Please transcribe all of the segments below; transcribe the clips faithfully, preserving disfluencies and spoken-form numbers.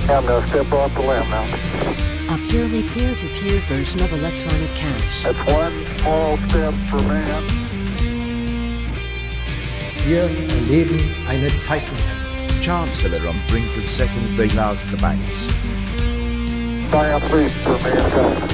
I'm going to step off the limb now. A purely peer-to-peer version of electronic cash. That's one small step for man. Wir erleben eine Zeitenwende. Chancellor on brink of second bailout of the banks. Science leads for mankind.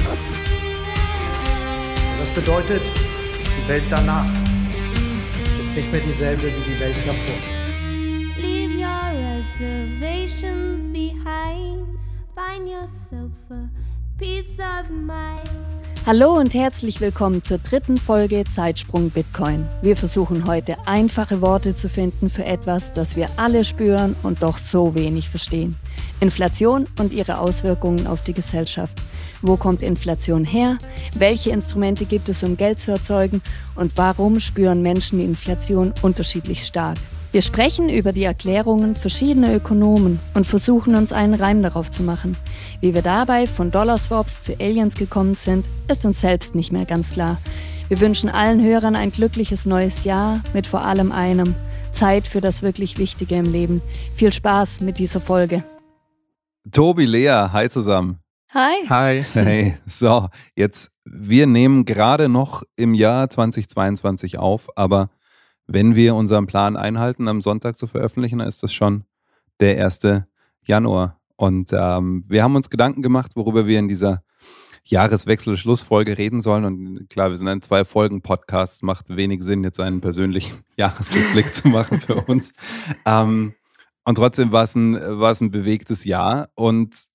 Das bedeutet, die Welt danach ist nicht mehr dieselbe wie die Welt davor. Leave your reservations behind. Find yourself a peace of mind. Hallo und herzlich willkommen zur dritten Folge Zeitsprung Bitcoin. Wir versuchen heute einfache Worte zu finden für etwas, das wir alle spüren und doch so wenig verstehen. Inflation und ihre Auswirkungen auf die Gesellschaft. Wo kommt Inflation her? Welche Instrumente gibt es, um Geld zu erzeugen? Und warum spüren Menschen die Inflation unterschiedlich stark? Wir sprechen über die Erklärungen verschiedener Ökonomen und versuchen uns einen Reim darauf zu machen. Wie wir dabei von Dollar-Swaps zu Aliens gekommen sind, ist uns selbst nicht mehr ganz klar. Wir wünschen allen Hörern ein glückliches neues Jahr mit vor allem einem: Zeit für das wirklich Wichtige im Leben. Viel Spaß mit dieser Folge. Tobi, Lea, hi zusammen. Hi. Hi. Hey, so, jetzt, wir nehmen gerade noch im Jahr zweitausendzweiundzwanzig auf, aber wenn wir unseren Plan einhalten, am Sonntag zu veröffentlichen, dann ist das schon der erste Januar. Und ähm, wir haben uns Gedanken gemacht, worüber wir in dieser Jahreswechsel-Schlussfolge reden sollen. Und klar, wir sind ein Zwei-Folgen-Podcast. Macht wenig Sinn, jetzt einen persönlichen Jahresrückblick zu machen für uns. Ähm, und trotzdem war es ein, war es ein bewegtes Jahr. Und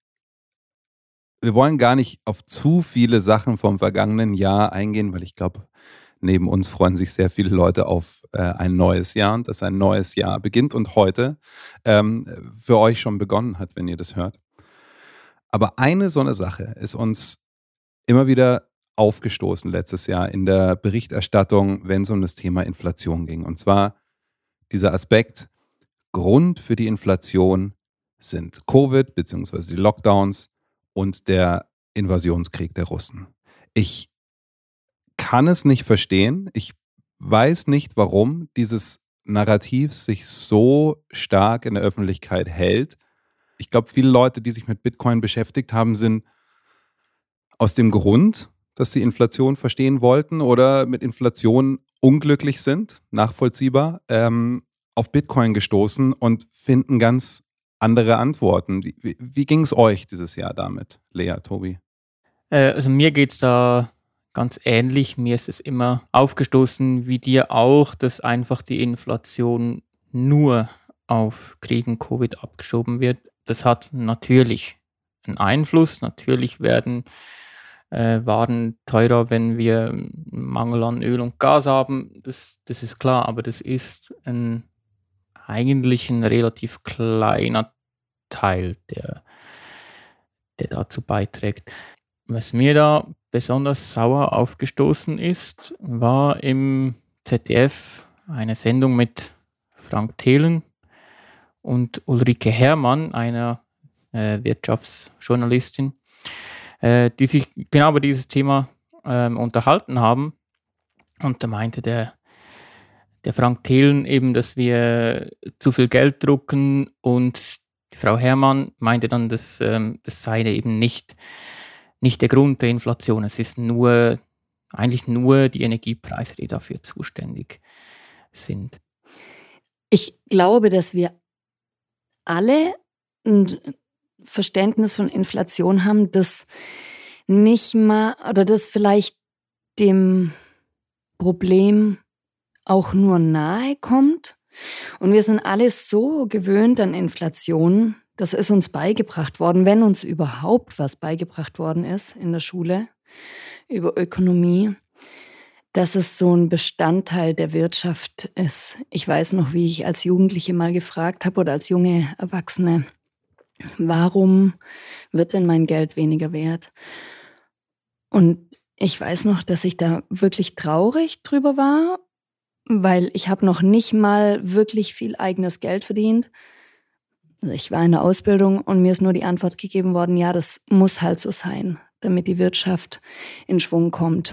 wir wollen gar nicht auf zu viele Sachen vom vergangenen Jahr eingehen, weil ich glaube, neben uns freuen sich sehr viele Leute auf äh, ein neues Jahr und dass ein neues Jahr beginnt und heute ähm, für euch schon begonnen hat, wenn ihr das hört. Aber eine so eine Sache ist uns immer wieder aufgestoßen letztes Jahr in der Berichterstattung, wenn es um das Thema Inflation ging. Und zwar dieser Aspekt: Grund für die Inflation sind Covid bzw. die Lockdowns und der Invasionskrieg der Russen. Ich kann es nicht verstehen. Ich weiß nicht, warum dieses Narrativ sich so stark in der Öffentlichkeit hält. Ich glaube, viele Leute, die sich mit Bitcoin beschäftigt haben, sind aus dem Grund, dass sie Inflation verstehen wollten oder mit Inflation unglücklich sind, nachvollziehbar, ähm, auf Bitcoin gestoßen und finden ganz andere Antworten. Wie, wie, wie ging es euch dieses Jahr damit, Lea, Tobi? Äh, also mir geht es da ganz ähnlich. Mir ist es immer aufgestoßen, wie dir auch, dass einfach die Inflation nur auf Krieg und Covid abgeschoben wird. Das hat natürlich einen Einfluss. Natürlich werden äh, Waren teurer, wenn wir Mangel an Öl und Gas haben. Das, das ist klar, aber das ist ein, eigentlich ein relativ kleiner Teil, der, der dazu beiträgt. Was mir da besonders sauer aufgestoßen ist, war im Z D F eine Sendung mit Frank Thelen und Ulrike Herrmann, einer äh, Wirtschaftsjournalistin, äh, die sich genau über dieses Thema äh, unterhalten haben. Und da meinte der, der Frank Thelen eben, dass wir zu viel Geld drucken, und die Frau Herrmann meinte dann, dass ähm, das sei eben nicht Nicht der Grund der Inflation, es ist nur, eigentlich nur die Energiepreise, die dafür zuständig sind. Ich glaube, dass wir alle ein Verständnis von Inflation haben, das nicht mal, oder das vielleicht dem Problem auch nur nahe kommt. Und wir sind alle so gewöhnt an Inflation. Das ist uns beigebracht worden, wenn uns überhaupt was beigebracht worden ist in der Schule über Ökonomie, dass es so ein Bestandteil der Wirtschaft ist. Ich weiß noch, wie ich als Jugendliche mal gefragt habe oder als junge Erwachsene, warum wird denn mein Geld weniger wert? Und ich weiß noch, dass ich da wirklich traurig drüber war, weil ich habe noch nicht mal wirklich viel eigenes Geld verdient. Also ich war in der Ausbildung und mir ist nur die Antwort gegeben worden, ja, das muss halt so sein, damit die Wirtschaft in Schwung kommt.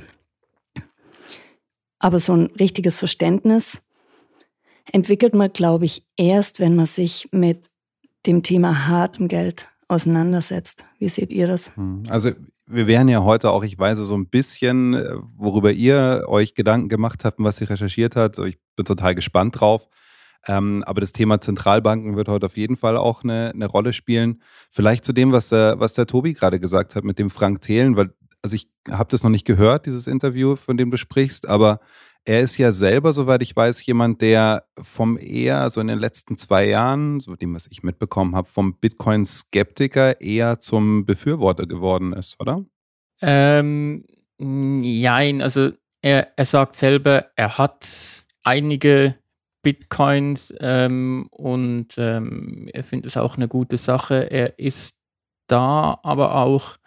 Aber so ein richtiges Verständnis entwickelt man, glaube ich, erst, wenn man sich mit dem Thema hartem Geld auseinandersetzt. Wie seht ihr das? Also wir wären ja heute auch, ich weiß so ein bisschen, worüber ihr euch Gedanken gemacht habt und was ihr recherchiert habt. Ich bin total gespannt drauf. Ähm, aber das Thema Zentralbanken wird heute auf jeden Fall auch eine, eine Rolle spielen. Vielleicht zu dem, was der, was der Tobi gerade gesagt hat mit dem Frank Thelen, weil also ich habe das noch nicht gehört, dieses Interview, von dem du sprichst, aber er ist ja selber, soweit ich weiß, jemand, der vom eher so in den letzten zwei Jahren, so dem, was ich mitbekommen habe, vom Bitcoin-Skeptiker eher zum Befürworter geworden ist, oder? Ähm, nein, also er, er sagt selber, er hat einige Bitcoins ähm, und ähm, er findet es auch eine gute Sache. Er ist da aber auch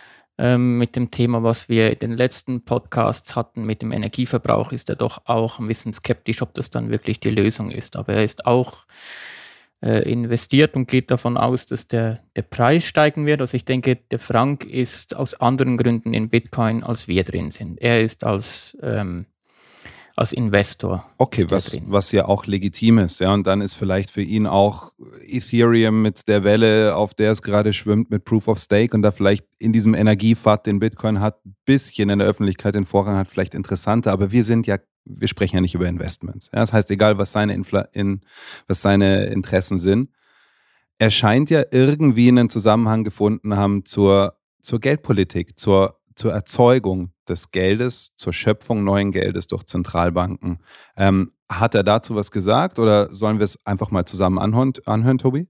ähm, mit dem Thema, was wir in den letzten Podcasts hatten, mit dem Energieverbrauch, ist er doch auch ein bisschen skeptisch, ob das dann wirklich die Lösung ist. Aber er ist auch äh, investiert und geht davon aus, dass der, der Preis steigen wird. Also ich denke, der Frank ist aus anderen Gründen in Bitcoin, als wir drin sind. Er ist als ähm, als Investor. Okay, was, was ja auch legitim ist. Ja, und dann ist vielleicht für ihn auch Ethereum mit der Welle, auf der es gerade schwimmt, mit Proof of Stake und da vielleicht in diesem Energiepfad, den Bitcoin hat, ein bisschen in der Öffentlichkeit den Vorrang hat, vielleicht interessanter. Aber wir sind ja, wir sprechen ja nicht über Investments. Ja, das heißt, egal, was seine, Infla- in, was seine Interessen sind, er scheint ja irgendwie einen Zusammenhang gefunden haben zur, zur Geldpolitik, zur zur Erzeugung des Geldes, zur Schöpfung neuen Geldes durch Zentralbanken. Ähm, hat er dazu was gesagt oder sollen wir es einfach mal zusammen anhören, anhören Tobi?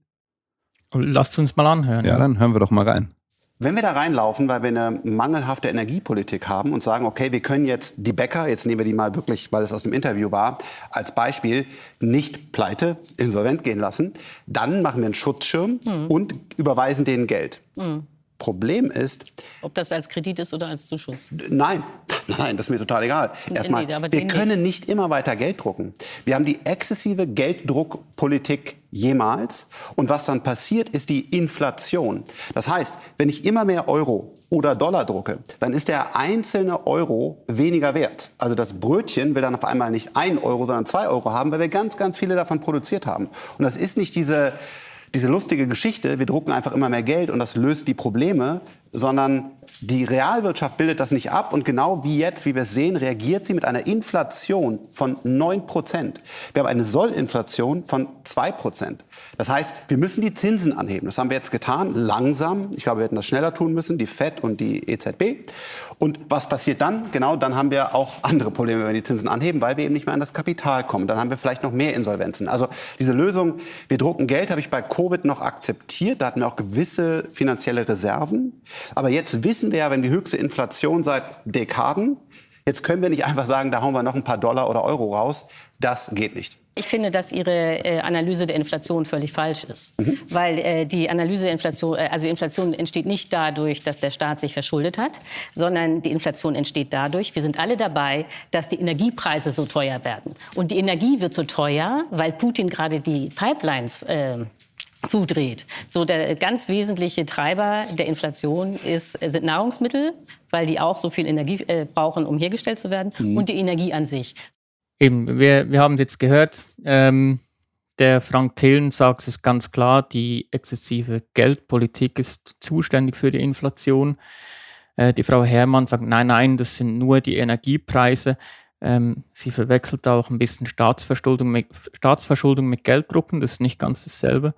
Lasst uns mal anhören. Ja, ja, dann hören wir doch mal rein. Wenn wir da reinlaufen, weil wir eine mangelhafte Energiepolitik haben und sagen, okay, wir können jetzt die Bäcker, jetzt nehmen wir die mal wirklich, weil es aus dem Interview war, als Beispiel nicht pleite, insolvent gehen lassen, dann machen wir einen Schutzschirm mhm. und überweisen denen Geld. Mhm. Problem ist... Ob das als Kredit ist oder als Zuschuss? Nein, nein, das ist mir total egal. Erstmal, nee, wir können nicht immer weiter Geld drucken. Wir haben die exzessive Gelddruckpolitik jemals. Und was dann passiert, ist die Inflation. Das heißt, wenn ich immer mehr Euro oder Dollar drucke, dann ist der einzelne Euro weniger wert. Also das Brötchen will dann auf einmal nicht ein Euro, sondern zwei Euro haben, weil wir ganz, ganz viele davon produziert haben. Und das ist nicht diese... Diese lustige Geschichte, wir drucken einfach immer mehr Geld und das löst die Probleme, sondern die Realwirtschaft bildet das nicht ab und genau wie jetzt, wie wir es sehen, reagiert sie mit einer Inflation von neun Prozent. Wir haben eine Sollinflation von zwei Prozent. Das heißt, wir müssen die Zinsen anheben. Das haben wir jetzt getan, langsam. Ich glaube, wir hätten das schneller tun müssen, die Fed und die E Z B. Und was passiert dann? Genau, dann haben wir auch andere Probleme, wenn wir die Zinsen anheben, weil wir eben nicht mehr an das Kapital kommen. Dann haben wir vielleicht noch mehr Insolvenzen. Also diese Lösung, wir drucken Geld, habe ich bei Covid noch akzeptiert. Da hatten wir auch gewisse finanzielle Reserven. Aber jetzt wissen wir ja, wenn die höchste Inflation seit Dekaden, jetzt können wir nicht einfach sagen, da hauen wir noch ein paar Dollar oder Euro raus. Das geht nicht. Ich finde, dass Ihre äh, Analyse der Inflation völlig falsch ist. Mhm. Weil äh, die Analyse der Inflation, äh, also Inflation entsteht nicht dadurch, dass der Staat sich verschuldet hat, sondern die Inflation entsteht dadurch, wir sind alle dabei, dass die Energiepreise so teuer werden. Und die Energie wird so teuer, weil Putin gerade die Pipelines äh, zudreht. So der ganz wesentliche Treiber der Inflation ist, sind Nahrungsmittel, weil die auch so viel Energie äh, brauchen, um hergestellt zu werden, mhm. und die Energie an sich. Eben, wir, wir haben es jetzt gehört, ähm, der Frank Thelen sagt es ganz klar, die exzessive Geldpolitik ist zuständig für die Inflation. Äh, die Frau Herrmann sagt, nein, nein, das sind nur die Energiepreise. Ähm, sie verwechselt auch ein bisschen Staatsverschuldung mit, Staatsverschuldung mit Gelddrucken, das ist nicht ganz dasselbe.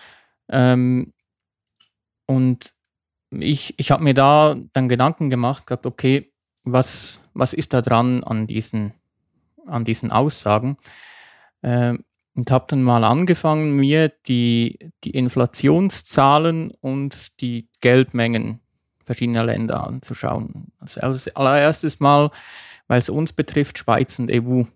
Ähm, und ich, ich habe mir da dann Gedanken gemacht, gehabt, okay, was, was ist da dran an diesen an diesen Aussagen äh, und habe dann mal angefangen, mir die, die Inflationszahlen und die Geldmengen verschiedener Länder anzuschauen. Also als allererstes Mal, weil es uns betrifft, Schweiz und E U.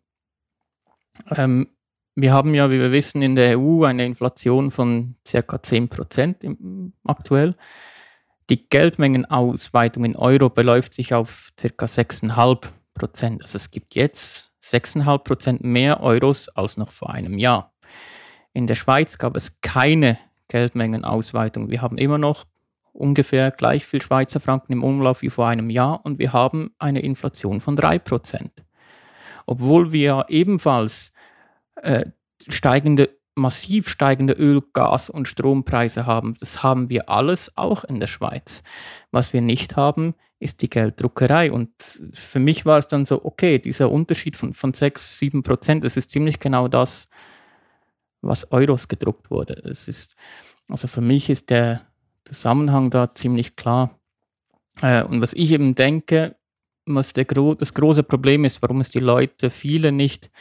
Ähm, wir haben ja, wie wir wissen, in der E U eine Inflation von ca. zehn Prozent im, aktuell. Die Geldmengenausweitung in Euro beläuft sich auf ca. sechs Komma fünf Prozent. Also es gibt jetzt sechs Komma fünf Prozent mehr Euros als noch vor einem Jahr. In der Schweiz gab es keine Geldmengenausweitung. Wir haben immer noch ungefähr gleich viel Schweizer Franken im Umlauf wie vor einem Jahr und wir haben eine Inflation von drei Prozent. Obwohl wir ebenfalls äh, steigende massiv steigende Öl-, Gas- und Strompreise haben. Das haben wir alles auch in der Schweiz. Was wir nicht haben, ist die Gelddruckerei. Und für mich war es dann so, okay, dieser Unterschied von, von sechs, sieben Prozent, das ist ziemlich genau das, was Euros gedruckt wurde. Es ist, also für mich ist der Zusammenhang da ziemlich klar. Äh, und was ich eben denke, was der gro- das große Problem ist, warum es die Leute, viele nicht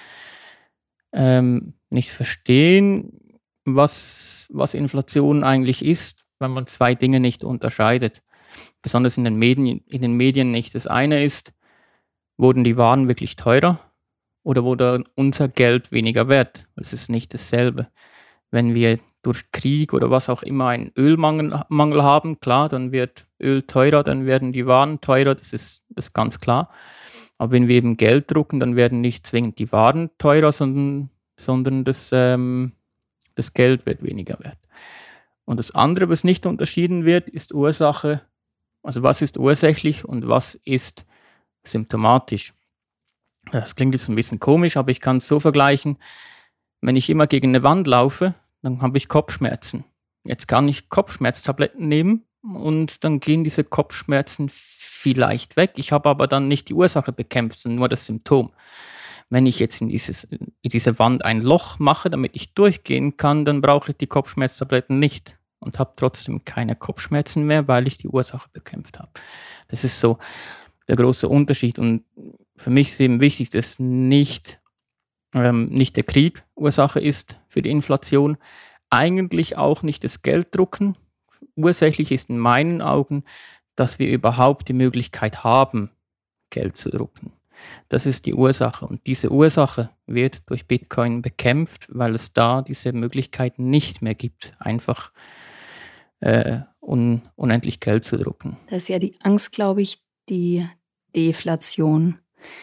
ähm, nicht verstehen, was, was Inflation eigentlich ist, wenn man zwei Dinge nicht unterscheidet. Besonders in den Medien, in den Medien nicht. Das eine ist, wurden die Waren wirklich teurer oder wurde unser Geld weniger wert? Das ist nicht dasselbe. Wenn wir durch Krieg oder was auch immer einen Ölmangel Mangel haben, klar, dann wird Öl teurer, dann werden die Waren teurer, das ist, das ist ganz klar. Aber wenn wir eben Geld drucken, dann werden nicht zwingend die Waren teurer, sondern, sondern das, ähm, das Geld wird weniger wert. Und das andere, was nicht unterschieden wird, ist Ursache, also was ist ursächlich und was ist symptomatisch. Das klingt jetzt ein bisschen komisch, aber ich kann es so vergleichen, wenn ich immer gegen eine Wand laufe, dann habe ich Kopfschmerzen. Jetzt kann ich Kopfschmerztabletten nehmen und dann gehen diese Kopfschmerzen vielleicht weg. Ich habe aber dann nicht die Ursache bekämpft, sondern nur das Symptom. Wenn ich jetzt in, dieses, in diese Wand ein Loch mache, damit ich durchgehen kann, dann brauche ich die Kopfschmerztabletten nicht und habe trotzdem keine Kopfschmerzen mehr, weil ich die Ursache bekämpft habe. Das ist so der große Unterschied. Und für mich ist eben wichtig, dass nicht, ähm, nicht der Krieg Ursache ist für die Inflation, eigentlich auch nicht das Gelddrucken. Ursächlich ist in meinen Augen, dass wir überhaupt die Möglichkeit haben, Geld zu drucken. Das ist die Ursache. Und diese Ursache wird durch Bitcoin bekämpft, weil es da diese Möglichkeit nicht mehr gibt, einfach äh, un- unendlich Geld zu drucken. Das ist ja die Angst, glaube ich, die Deflation.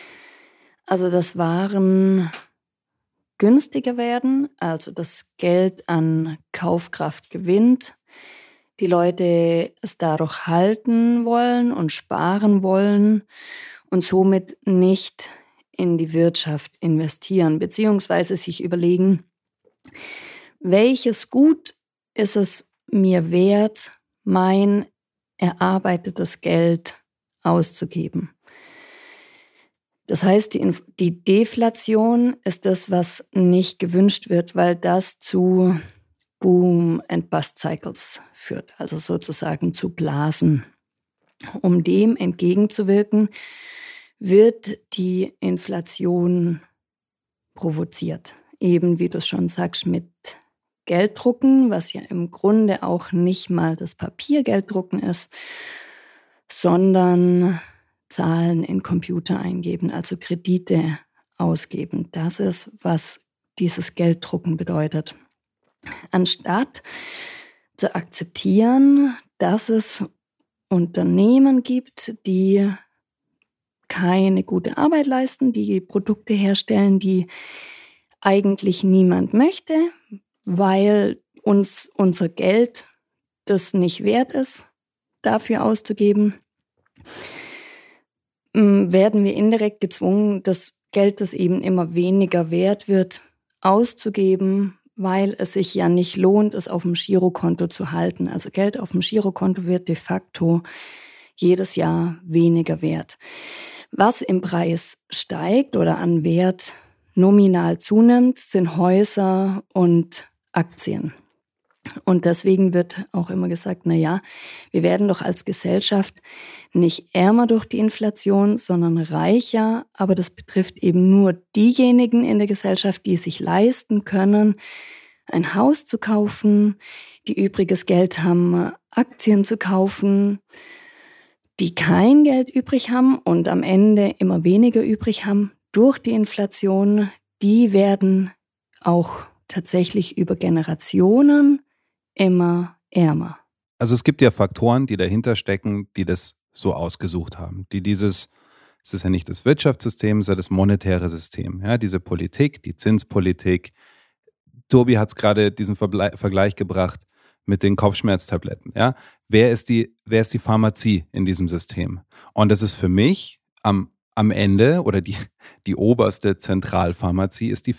Also dass Waren günstiger werden, also das Geld an Kaufkraft gewinnt, die Leute es dadurch halten wollen und sparen wollen und somit nicht in die Wirtschaft investieren, beziehungsweise sich überlegen, welches Gut ist es mir wert, mein erarbeitetes Geld auszugeben. Das heißt, die, die Deflation ist das, was nicht gewünscht wird, weil das zu Boom- and Bust-Cycles führt, also sozusagen zu Blasen. Um dem entgegenzuwirken, wird die Inflation provoziert. Eben, wie du es schon sagst, mit Gelddrucken, was ja im Grunde auch nicht mal das Papiergelddrucken ist, sondern Zahlen in Computer eingeben, also Kredite ausgeben. Das ist, was dieses Gelddrucken bedeutet. Anstatt zu akzeptieren, dass es Unternehmen gibt, die keine gute Arbeit leisten, die Produkte herstellen, die eigentlich niemand möchte, weil uns unser Geld das nicht wert ist, dafür auszugeben, werden wir indirekt gezwungen, das Geld, das eben immer weniger wert wird, auszugeben, weil es sich ja nicht lohnt, es auf dem Girokonto zu halten. Also Geld auf dem Girokonto wird de facto jedes Jahr weniger wert. Was im Preis steigt oder an Wert nominal zunimmt, sind Häuser und Aktien. Und deswegen wird auch immer gesagt, na ja, wir werden doch als Gesellschaft nicht ärmer durch die Inflation, sondern reicher. Aber das betrifft eben nur diejenigen in der Gesellschaft, die es sich leisten können, ein Haus zu kaufen, die übriges Geld haben, Aktien zu kaufen, die kein Geld übrig haben und am Ende immer weniger übrig haben durch die Inflation. Die werden auch tatsächlich über Generationen immer ärmer. Also es gibt ja Faktoren, die dahinter stecken, die das so ausgesucht haben. Die dieses, es ist ja nicht das Wirtschaftssystem, es ist ja das monetäre System. Ja, diese Politik, die Zinspolitik. Tobi hat es gerade diesen Verble- Vergleich gebracht mit den Kopfschmerztabletten. Ja? Wer ist die, wer ist die Pharmazie in diesem System? Und das ist für mich am, am Ende oder die, die oberste Zentralpharmazie ist die Fed.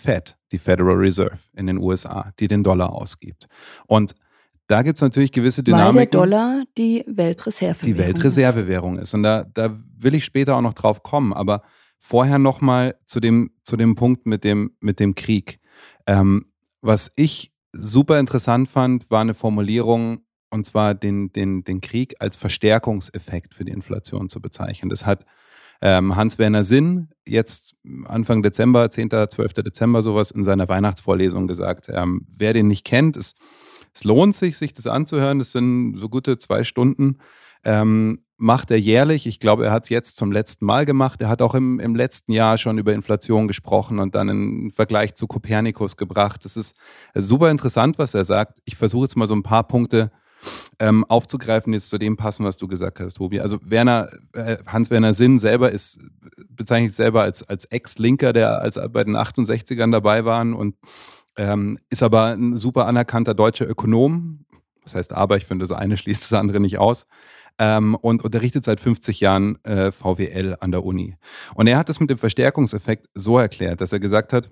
die Federal Reserve in den U S A, die den Dollar ausgibt. Und da gibt es natürlich gewisse Dynamiken. Weil der Dollar die Weltreservewährung Die Weltreservewährung ist. ist. Und da, da will ich später auch noch drauf kommen. Aber vorher nochmal zu dem, zu dem Punkt mit dem, mit dem Krieg. Ähm, was ich super interessant fand, war eine Formulierung, und zwar den, den, den Krieg als Verstärkungseffekt für die Inflation zu bezeichnen. Das hat ähm, Hans-Werner Sinn jetzt Anfang Dezember, zehnten, zwölften Dezember sowas in seiner Weihnachtsvorlesung gesagt. Ähm, wer den nicht kennt, es, es lohnt sich, sich das anzuhören. Das sind so gute zwei Stunden. Ähm, macht er jährlich. Ich glaube, er hat es jetzt zum letzten Mal gemacht. Er hat auch im, im letzten Jahr schon über Inflation gesprochen und dann einen Vergleich zu Kopernikus gebracht. Das ist super interessant, was er sagt. Ich versuche jetzt mal so ein paar Punkte ähm, aufzugreifen, die jetzt zu dem passen, was du gesagt hast, Tobi. Also Werner, äh, Hans-Werner Sinn selber ist, bezeichnet sich selber als, als Ex-Linker, der als bei den achtundsechzigern dabei waren und ähm, ist aber ein super anerkannter deutscher Ökonom. Das heißt aber, ich finde, das eine schließt das andere nicht aus. Ähm, und unterrichtet seit fünfzig Jahren äh, V W L an der Uni. Und er hat das mit dem Verstärkungseffekt so erklärt, dass er gesagt hat,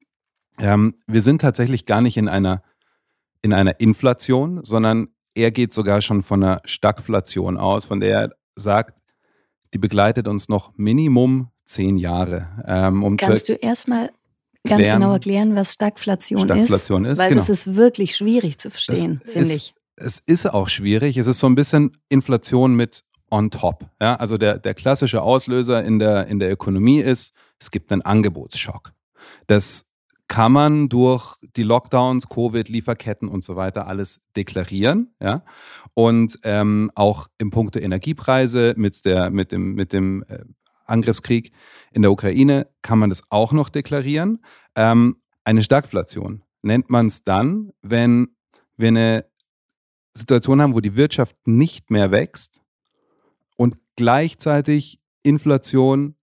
ähm, wir sind tatsächlich gar nicht in einer, in einer Inflation, sondern er geht sogar schon von einer Stagflation aus, von der er sagt, die begleitet uns noch Minimum zehn Jahre. Ähm, um Kannst du erstmal ganz klären, genau erklären, was Stagflation, Stagflation ist? ist? Weil genau. das ist wirklich schwierig zu verstehen, finde ich. Es ist auch schwierig. Es ist so ein bisschen Inflation mit on top. Ja? Also der, der klassische Auslöser in der, in der Ökonomie ist, es gibt einen Angebotsschock. Das kann man durch die Lockdowns, Covid, Lieferketten und so weiter alles deklarieren. Ja? Und ähm, auch im Punkto Energiepreise mit, der, mit dem, mit dem äh, Angriffskrieg in der Ukraine kann man das auch noch deklarieren. Ähm, eine Stagflation nennt man es dann, wenn wir eine Situation haben, wo die Wirtschaft nicht mehr wächst und gleichzeitig Inflation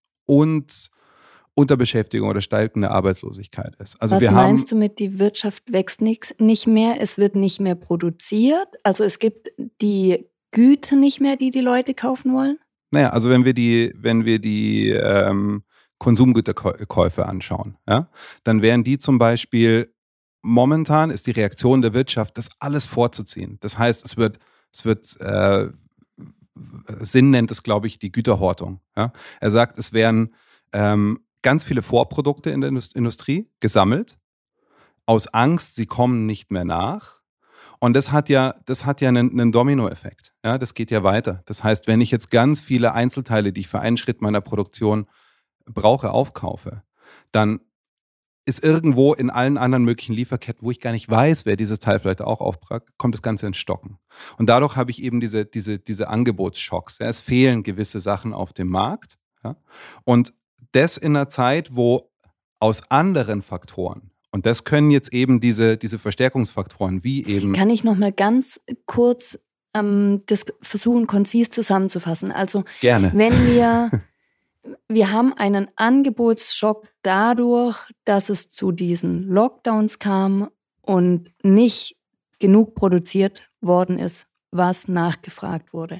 und Unterbeschäftigung oder steigende Arbeitslosigkeit ist. Also Was wir meinst haben, du mit, die Wirtschaft wächst nix, nicht mehr, es wird nicht mehr produziert? Also es gibt die Güter nicht mehr, die die Leute kaufen wollen? Naja, also wenn wir die, wenn wir die ähm, Konsumgüterkäufe anschauen, ja, dann wären die zum Beispiel momentan ist die Reaktion der Wirtschaft, das alles vorzuziehen. Das heißt, es wird, es wird äh, Sinn nennt es, glaube ich, die Güterhortung. Ja? Er sagt, es werden ähm, ganz viele Vorprodukte in der Industrie gesammelt, aus Angst, sie kommen nicht mehr nach. Und das hat ja, das hat ja einen, einen Dominoeffekt. Ja? Das geht ja weiter. Das heißt, wenn ich jetzt ganz viele Einzelteile, die ich für einen Schritt meiner Produktion brauche, aufkaufe, dann ist irgendwo in allen anderen möglichen Lieferketten, wo ich gar nicht weiß, wer dieses Teil vielleicht auch aufpackt, kommt das Ganze ins Stocken. Und dadurch habe ich eben diese, diese, diese Angebotsschocks. Ja. Es fehlen gewisse Sachen auf dem Markt. Ja. Und das in einer Zeit, wo aus anderen Faktoren, und das können jetzt eben diese, diese Verstärkungsfaktoren, wie eben... Kann ich noch mal ganz kurz ähm, das versuchen, konzis zusammenzufassen? Also, Gerne. Wenn wir... Wir haben einen Angebotsschock dadurch, dass es zu diesen Lockdowns kam und nicht genug produziert worden ist, was nachgefragt wurde.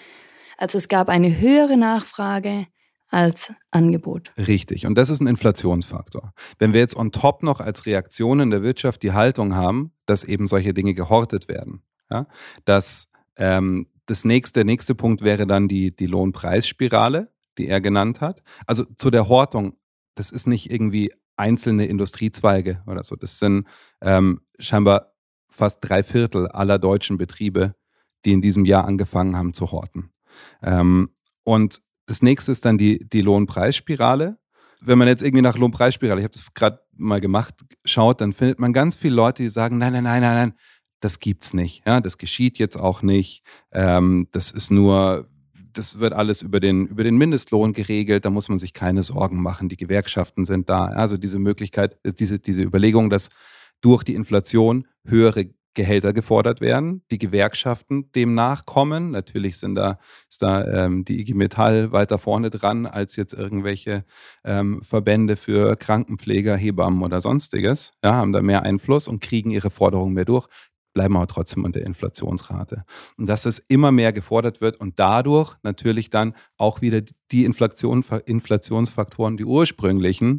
Also es gab eine höhere Nachfrage als Angebot. Richtig. Und das ist ein Inflationsfaktor. Wenn wir jetzt on top noch als Reaktion in der Wirtschaft die Haltung haben, dass eben solche Dinge gehortet werden, ja, dass ähm, das nächste, der nächste Punkt wäre dann die, die Lohnpreisspirale, die er genannt hat. Also zu der Hortung, das ist nicht irgendwie einzelne Industriezweige oder so. Das sind ähm, scheinbar fast drei Viertel aller deutschen Betriebe, die in diesem Jahr angefangen haben zu horten. Ähm, und das nächste ist dann die, die Lohnpreisspirale. Wenn man jetzt irgendwie nach Lohnpreisspirale, ich habe das gerade mal gemacht, schaut, dann findet man ganz viele Leute, die sagen, nein, nein, nein, nein, nein, das gibt's nicht. Ja, das geschieht jetzt auch nicht. Ähm, das ist nur... Das wird alles über den, über den Mindestlohn geregelt, da muss man sich keine Sorgen machen, die Gewerkschaften sind da. Also diese Möglichkeit, diese, diese Überlegung, dass durch die Inflation höhere Gehälter gefordert werden, die Gewerkschaften dem nachkommen. Natürlich sind da, ist da ähm, die I G Metall weiter vorne dran als jetzt irgendwelche ähm, Verbände für Krankenpfleger, Hebammen oder sonstiges, ja, haben da mehr Einfluss und kriegen ihre Forderungen mehr durch. Bleiben aber trotzdem unter Inflationsrate. Und dass es immer mehr gefordert wird und dadurch natürlich dann auch wieder die Inflation, Inflationsfaktoren, die ursprünglichen,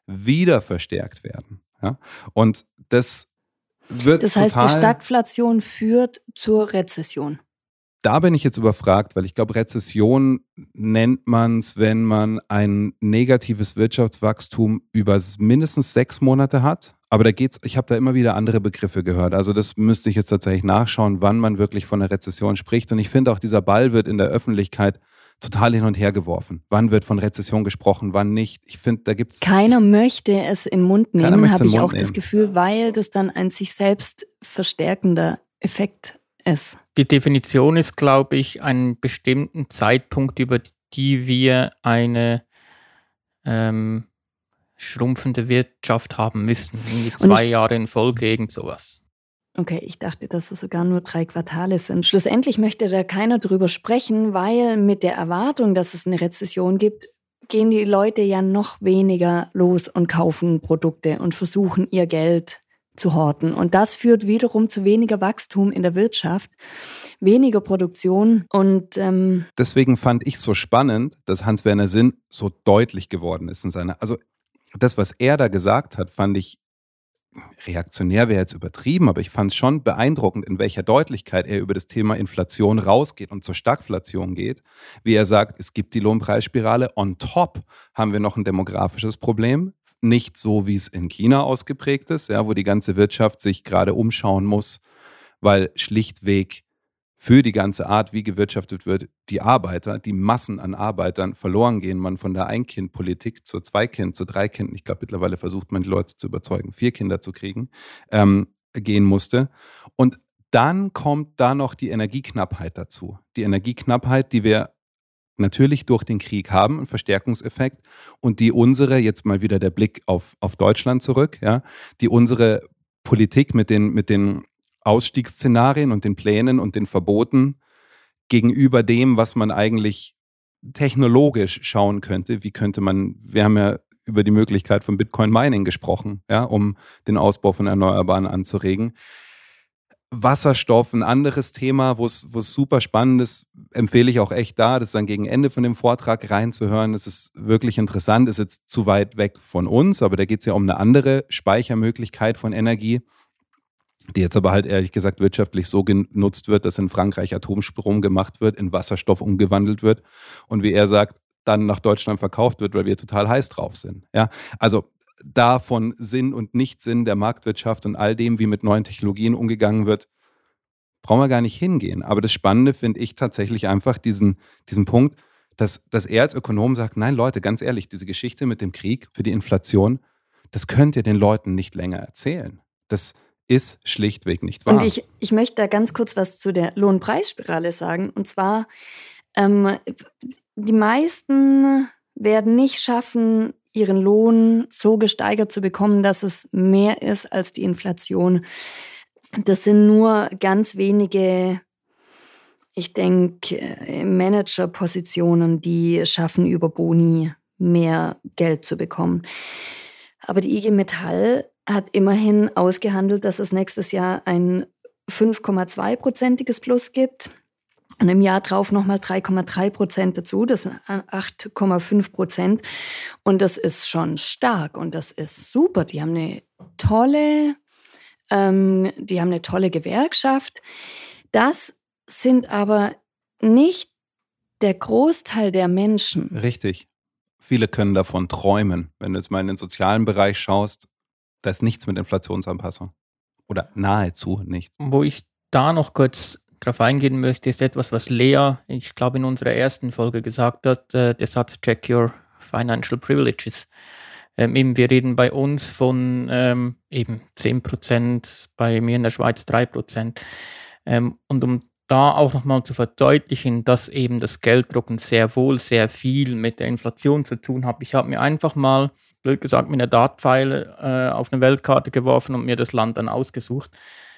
wieder verstärkt werden. Ja? Und das wird Das heißt, total, die Stagflation führt zur Rezession. Da bin ich jetzt überfragt, weil ich glaube, Rezession nennt man es, wenn man ein negatives Wirtschaftswachstum über mindestens sechs Monate hat. Aber da geht's, ich habe da immer wieder andere Begriffe gehört. Also das müsste ich jetzt tatsächlich nachschauen, wann man wirklich von einer Rezession spricht. Und ich finde auch, dieser Ball wird in der Öffentlichkeit total hin und her geworfen. Wann wird von Rezession gesprochen, wann nicht? Ich finde, da gibt es... Keiner möchte es im Mund nehmen, habe ich auch das Gefühl, weil das dann ein sich selbst verstärkender Effekt ist. Die Definition ist, glaube ich, einen bestimmten Zeitpunkt, über die wir eine ähm, schrumpfende Wirtschaft haben müssen. Zwei ich, Jahre in Folge, irgend sowas. Okay, ich dachte, dass es sogar nur drei Quartale sind. Schlussendlich möchte da keiner drüber sprechen, weil mit der Erwartung, dass es eine Rezession gibt, gehen die Leute ja noch weniger los und kaufen Produkte und versuchen ihr Geld zu horten. Und das führt wiederum zu weniger Wachstum in der Wirtschaft, weniger Produktion und ähm deswegen fand ich es so spannend, dass Hans-Werner Sinn so deutlich geworden ist in seiner, also das, was er da gesagt hat, fand ich, reaktionär wäre jetzt übertrieben, aber ich fand es schon beeindruckend, in welcher Deutlichkeit er über das Thema Inflation rausgeht und zur Stagflation geht. Wie er sagt, es gibt die Lohnpreisspirale. On top haben wir noch ein demografisches Problem. Nicht so, wie es in China ausgeprägt ist, ja, wo die ganze Wirtschaft sich gerade umschauen muss, weil schlichtweg für die ganze Art, wie gewirtschaftet wird, die Arbeiter, die Massen an Arbeitern verloren gehen. Man von der Ein-Kind-Politik zur Zwei-Kind-, zur Drei-Kind-, ich glaube mittlerweile versucht man die Leute zu überzeugen, vier Kinder zu kriegen, ähm, gehen musste. Und dann kommt da noch die Energieknappheit dazu. Die Energieknappheit, die wir natürlich durch den Krieg haben, einen Verstärkungseffekt, und die unsere, jetzt mal wieder der Blick auf, auf Deutschland zurück, ja, die unsere Politik mit den, mit den Ausstiegsszenarien und den Plänen und den Verboten gegenüber dem, was man eigentlich technologisch schauen könnte. Wie könnte man, wir haben ja über die Möglichkeit von Bitcoin-Mining gesprochen, ja, um den Ausbau von Erneuerbaren anzuregen. Wasserstoff, ein anderes Thema, wo es super spannend ist, empfehle ich auch echt da, das dann gegen Ende von dem Vortrag reinzuhören. Es ist wirklich interessant, ist jetzt zu weit weg von uns, aber da geht es ja um eine andere Speichermöglichkeit von Energie, die jetzt aber halt ehrlich gesagt wirtschaftlich so genutzt wird, dass in Frankreich Atomstrom gemacht wird, in Wasserstoff umgewandelt wird und wie er sagt, dann nach Deutschland verkauft wird, weil wir total heiß drauf sind. Ja, also da von Sinn und Nichtsinn der Marktwirtschaft und all dem, wie mit neuen Technologien umgegangen wird, brauchen wir gar nicht hingehen. Aber das Spannende finde ich tatsächlich einfach diesen, diesen Punkt, dass, dass er als Ökonom sagt, nein Leute, ganz ehrlich, diese Geschichte mit dem Krieg für die Inflation, das könnt ihr den Leuten nicht länger erzählen. Das ist schlichtweg nicht wahr. Und ich, ich möchte da ganz kurz was zu der Lohnpreisspirale sagen. Und zwar, ähm, die meisten werden nicht schaffen, ihren Lohn so gesteigert zu bekommen, dass es mehr ist als die Inflation. Das sind nur ganz wenige, ich denke, Managerpositionen, die schaffen, über Boni mehr Geld zu bekommen. Aber die I G Metall hat immerhin ausgehandelt, dass es nächstes Jahr ein fünf Komma zwei prozentiges Plus gibt. Und im Jahr drauf nochmal drei Komma drei Prozent dazu, das sind acht Komma fünf Prozent. Und das ist schon stark und das ist super. Die haben eine tolle, ähm, die haben eine tolle Gewerkschaft. Das sind aber nicht der Großteil der Menschen. Richtig. Viele können davon träumen. Wenn du jetzt mal in den sozialen Bereich schaust, da ist nichts mit Inflationsanpassung. Oder nahezu nichts. Wo ich da noch kurz drauf eingehen möchte, ist etwas, was Lea, ich glaube, in unserer ersten Folge gesagt hat, äh, der Satz Check your financial privileges. Ähm, eben, wir reden bei uns von ähm, eben zehn Prozent, bei mir in der Schweiz drei Prozent. Ähm, und um da auch nochmal zu verdeutlichen, dass eben das Gelddrucken sehr wohl sehr viel mit der Inflation zu tun hat. Ich habe mir einfach mal, blöd gesagt, mit einer Dartpfeile äh, auf eine Weltkarte geworfen und mir das Land dann ausgesucht.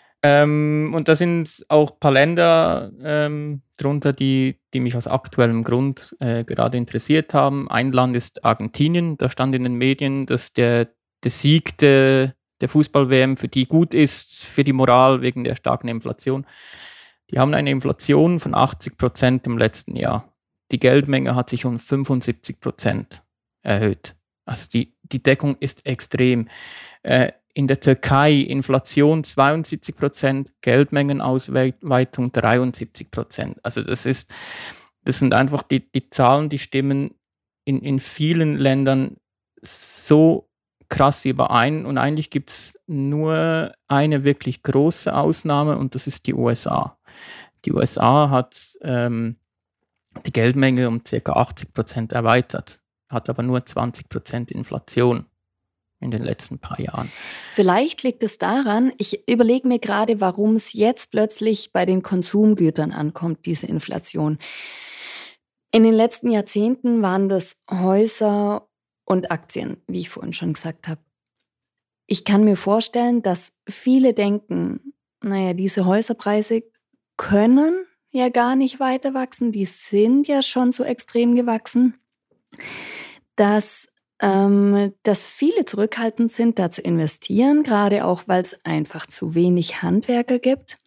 Ähm, und da sind auch ein paar Länder ähm, drunter, die, die mich aus aktuellem Grund äh, gerade interessiert haben. Ein Land ist Argentinien. Da stand in den Medien, dass der, der Sieg der, der Fußball-W M für die gut ist, für die Moral wegen der starken Inflation. Die haben eine Inflation von achtzig Prozent im letzten Jahr. Die Geldmenge hat sich um fünfundsiebzig Prozent erhöht. Also die, die Deckung ist extrem. Äh, in der Türkei Inflation zweiundsiebzig Prozent, Geldmengenausweitung dreiundsiebzig Prozent. Also das ist, das sind einfach die, die Zahlen, die stimmen in, in vielen Ländern so krass überein. Und eigentlich gibt es nur eine wirklich große Ausnahme und das ist die U S A. Die U S A hat ähm, die Geldmenge um ca. achtzig Prozent erweitert, hat aber nur zwanzig Prozent Inflation in den letzten paar Jahren. Vielleicht liegt es daran, ich überlege mir gerade, warum es jetzt plötzlich bei den Konsumgütern ankommt, diese Inflation. In den letzten Jahrzehnten waren das Häuser und Aktien, wie ich vorhin schon gesagt habe. Ich kann mir vorstellen, dass viele denken, naja, diese Häuserpreise können ja gar nicht weiter wachsen, die sind ja schon so extrem gewachsen, dass, ähm, dass viele zurückhaltend sind, da zu investieren, gerade auch, weil es einfach zu wenig Handwerker gibt.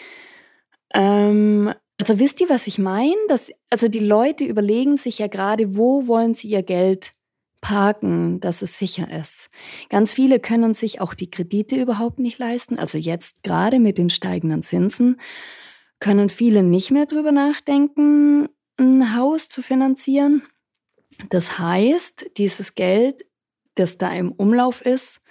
Ähm, also wisst ihr, was ich meine? Dass, also die Leute überlegen sich ja gerade, wo wollen sie ihr Geld parken, dass es sicher ist. Ganz viele können sich auch die Kredite überhaupt nicht leisten. Also jetzt gerade mit den steigenden Zinsen können viele nicht mehr drüber nachdenken, ein Haus zu finanzieren. Das heißt, dieses Geld, das da im Umlauf ist,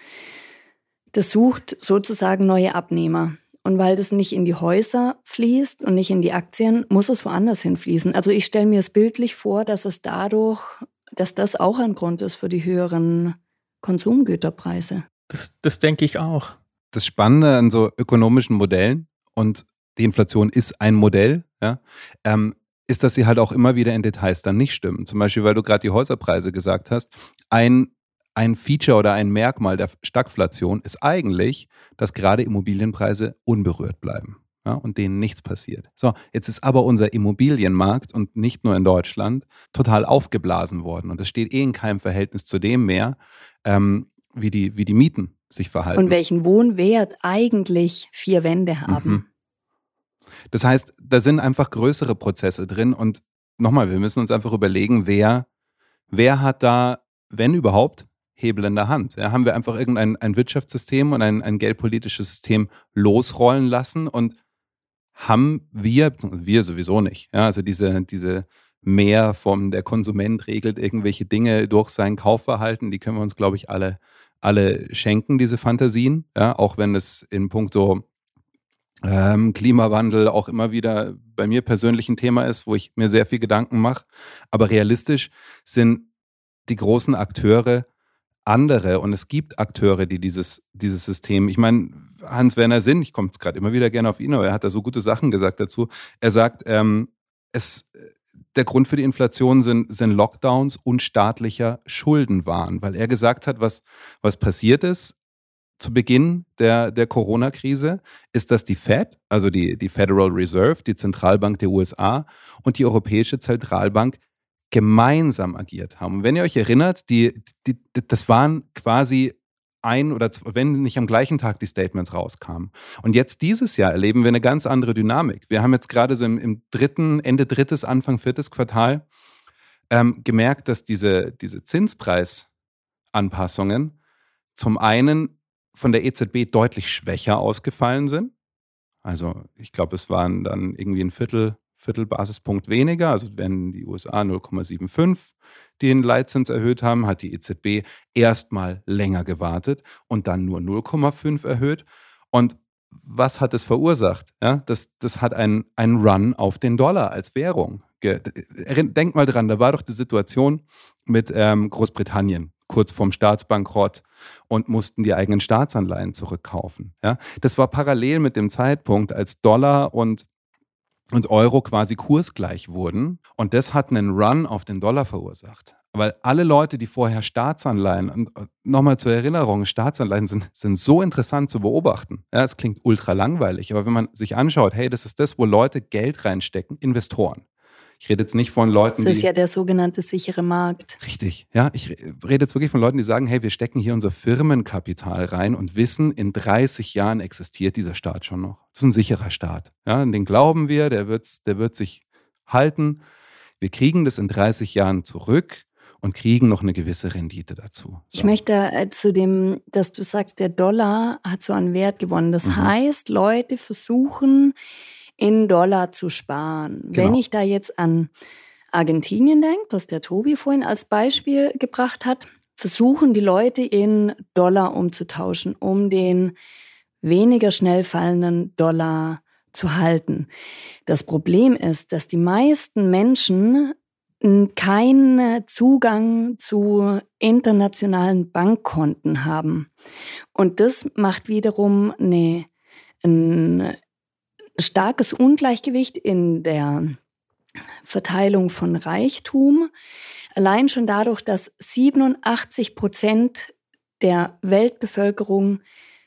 das sucht sozusagen neue Abnehmer. Und weil das nicht in die Häuser fließt und nicht in die Aktien, muss es woanders hinfließen. Also ich stelle mir es bildlich vor, dass es dadurch, dass das auch ein Grund ist für die höheren Konsumgüterpreise. Das, das denke ich auch. Das Spannende an so ökonomischen Modellen, und die Inflation ist ein Modell, ja, ähm, ist, dass sie halt auch immer wieder in Details dann nicht stimmen. Zum Beispiel, weil du gerade die Häuserpreise gesagt hast, ein, ein Feature oder ein Merkmal der Stagflation ist eigentlich, dass gerade Immobilienpreise unberührt bleiben, ja, und denen nichts passiert. So, jetzt ist aber unser Immobilienmarkt, und nicht nur in Deutschland, total aufgeblasen worden. Und es steht eh in keinem Verhältnis zu dem mehr, ähm, wie, die, wie die Mieten sich verhalten. Und welchen Wohnwert eigentlich vier Wände haben. Mhm. Das heißt, da sind einfach größere Prozesse drin, und nochmal, wir müssen uns einfach überlegen, wer, wer hat da, wenn überhaupt, Hebel in der Hand. Ja, haben wir einfach irgendein ein Wirtschaftssystem und ein, ein geldpolitisches System losrollen lassen, und haben wir, wir sowieso nicht, ja, also diese, diese Mehr vom, der Konsument regelt irgendwelche Dinge durch sein Kaufverhalten, die können wir uns, glaube ich, alle, alle schenken, diese Fantasien, ja, auch wenn es in puncto Ähm, Klimawandel auch immer wieder bei mir persönlich ein Thema ist, wo ich mir sehr viel Gedanken mache. Aber realistisch sind die großen Akteure andere, und es gibt Akteure, die dieses, dieses System, ich meine, Hans-Werner Sinn, ich komme jetzt gerade immer wieder gerne auf ihn, aber er hat da so gute Sachen gesagt dazu. Er sagt, ähm, es, der Grund für die Inflation sind, sind Lockdowns und staatlicher Schuldenwahn, weil er gesagt hat, was, was passiert ist zu Beginn der, der Corona-Krise, ist, dass die Fed, also die, die Federal Reserve, die Zentralbank der U S A, und die Europäische Zentralbank gemeinsam agiert haben. Und wenn ihr euch erinnert, die, die, das waren quasi ein oder zwei, wenn nicht am gleichen Tag die Statements rauskamen. Und jetzt dieses Jahr erleben wir eine ganz andere Dynamik. Wir haben jetzt gerade so im, im dritten, Ende drittes, Anfang viertes Quartal ähm, gemerkt, dass diese, diese Zinspreisanpassungen zum einen von der E Z B deutlich schwächer ausgefallen sind. Also ich glaube, es waren dann irgendwie ein Viertel, Viertelbasispunkt weniger. Also wenn die U S A null Komma fünfundsiebzig den Leitzins erhöht haben, hat die E Z B erstmal länger gewartet und dann nur null Komma fünf erhöht. Und was hat das verursacht? Ja, das, das hat einen, einen Run auf den Dollar als Währung. Denkt mal dran, da war doch die Situation mit ähm, Großbritannien kurz vorm Staatsbankrott und mussten die eigenen Staatsanleihen zurückkaufen. Ja? Das war parallel mit dem Zeitpunkt, als Dollar und, und Euro quasi kursgleich wurden. Und das hat einen Run auf den Dollar verursacht. Weil alle Leute, die vorher Staatsanleihen, und nochmal zur Erinnerung, Staatsanleihen sind, sind so interessant zu beobachten. Ja, es klingt ultra langweilig, aber wenn man sich anschaut, hey, das ist das, wo Leute Geld reinstecken, Investoren. Ich rede jetzt nicht von Leuten, die... Das ist ja der sogenannte sichere Markt. Richtig, ja. Ich rede jetzt wirklich von Leuten, die sagen, hey, wir stecken hier unser Firmenkapital rein und wissen, in dreißig Jahren existiert dieser Staat schon noch. Das ist ein sicherer Staat. Ja, an den glauben wir, der, wird's, der wird sich halten. Wir kriegen das in dreißig Jahren zurück und kriegen noch eine gewisse Rendite dazu. So. Ich möchte äh, zu dem, dass du sagst, der Dollar hat so einen Wert gewonnen. Das mhm. heißt, Leute versuchen, in Dollar zu sparen. Genau. Wenn ich da jetzt an Argentinien denke, das der Tobi vorhin als Beispiel gebracht hat, versuchen die Leute in Dollar umzutauschen, um den weniger schnell fallenden Dollar zu halten. Das Problem ist, dass die meisten Menschen keinen Zugang zu internationalen Bankkonten haben. Und das macht wiederum eine, ein starkes Ungleichgewicht in der Verteilung von Reichtum. Allein schon dadurch, dass siebenundachtzig Prozent der Weltbevölkerung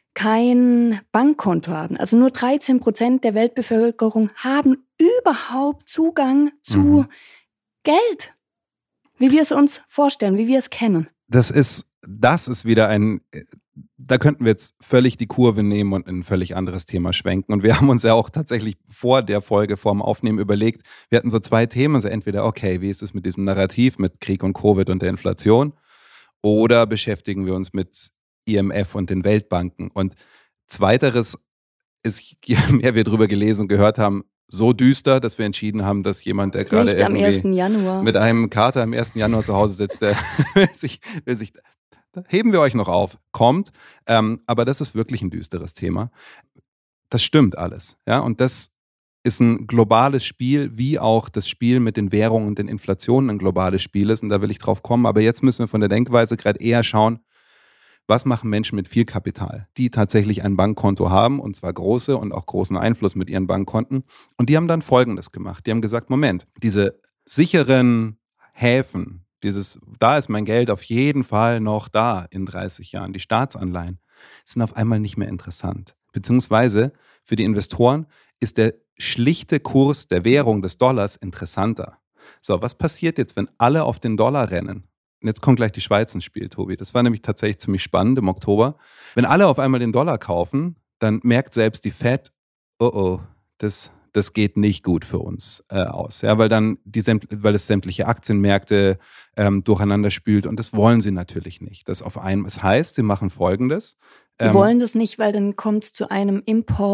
kein Bankkonto haben. Also nur dreizehn Prozent der Weltbevölkerung haben überhaupt Zugang zu mhm. Geld, wie wir es uns vorstellen, wie wir es kennen. Das ist, das ist wieder ein, da könnten wir jetzt völlig die Kurve nehmen und in ein völlig anderes Thema schwenken. Und wir haben uns ja auch tatsächlich vor der Folge, vor dem Aufnehmen überlegt, wir hatten so zwei Themen, also entweder, okay, wie ist es mit diesem Narrativ, mit Krieg und Covid und der Inflation, oder beschäftigen wir uns mit I M F und den Weltbanken. Und zweiteres ist, je mehr wir drüber gelesen und gehört haben, so düster, dass wir entschieden haben, dass jemand, der gerade irgendwie am ersten Januar mit einem Kater am ersten Januar zu Hause sitzt, der will sich, will sich, da heben wir euch noch auf, kommt. Ähm, aber das ist wirklich ein düsteres Thema. Das stimmt alles. Ja? Und das ist ein globales Spiel, wie auch das Spiel mit den Währungen und den Inflationen ein globales Spiel ist. Und da will ich drauf kommen. Aber jetzt müssen wir von der Denkweise gerade eher schauen, was machen Menschen mit viel Kapital, die tatsächlich ein Bankkonto haben, und zwar große und auch großen Einfluss mit ihren Bankkonten. Und die haben dann Folgendes gemacht. Die haben gesagt, Moment, diese sicheren Häfen, dieses, da ist mein Geld auf jeden Fall noch da in dreißig Jahren, die Staatsanleihen, sind auf einmal nicht mehr interessant. Beziehungsweise für die Investoren ist der schlichte Kurs der Währung des Dollars interessanter. So, was passiert jetzt, wenn alle auf den Dollar rennen? Und jetzt kommt gleich die Schweiz ins Spiel, Tobi. Das war nämlich tatsächlich ziemlich spannend im Oktober. Wenn alle auf einmal den Dollar kaufen, dann merkt selbst die Fed, oh oh, das, das geht nicht gut für uns äh, aus. Ja, weil dann die, weil es sämtliche Aktienmärkte ähm, durcheinander spült, und das wollen sie natürlich nicht. Das auf einmal, das heißt, sie machen Folgendes. Ähm, sie wollen das nicht, weil dann kommt es zu einem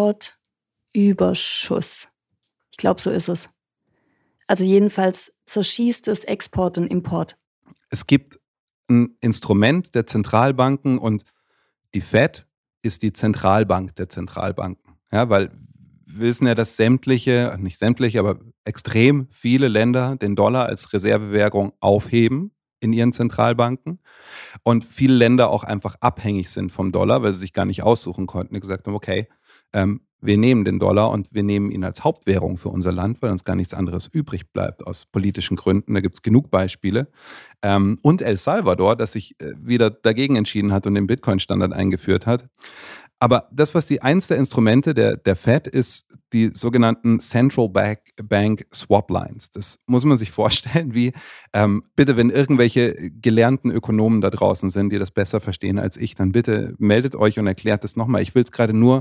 Importüberschuss. Ich glaube, so ist es. Also jedenfalls zerschießt es Export und Import. Es gibt ein Instrument der Zentralbanken, und die Fed ist die Zentralbank der Zentralbanken. Ja, weil wir wissen ja, dass sämtliche, nicht sämtliche, aber extrem viele Länder den Dollar als Reservewährung aufheben in ihren Zentralbanken, und viele Länder auch einfach abhängig sind vom Dollar, weil sie sich gar nicht aussuchen konnten und gesagt haben, okay, ähm, wir nehmen den Dollar und wir nehmen ihn als Hauptwährung für unser Land, weil uns gar nichts anderes übrig bleibt aus politischen Gründen. Da gibt es genug Beispiele. Ähm, und El Salvador, das sich äh, wieder dagegen entschieden hat und den Bitcoin-Standard eingeführt hat. Aber das, was die eins der Instrumente der, der Fed ist, die sogenannten Central Bank, Bank Swap Lines. Das muss man sich vorstellen, wie, ähm, bitte, wenn irgendwelche gelernten Ökonomen da draußen sind, die das besser verstehen als ich, dann bitte meldet euch und erklärt das nochmal. Ich will es gerade nur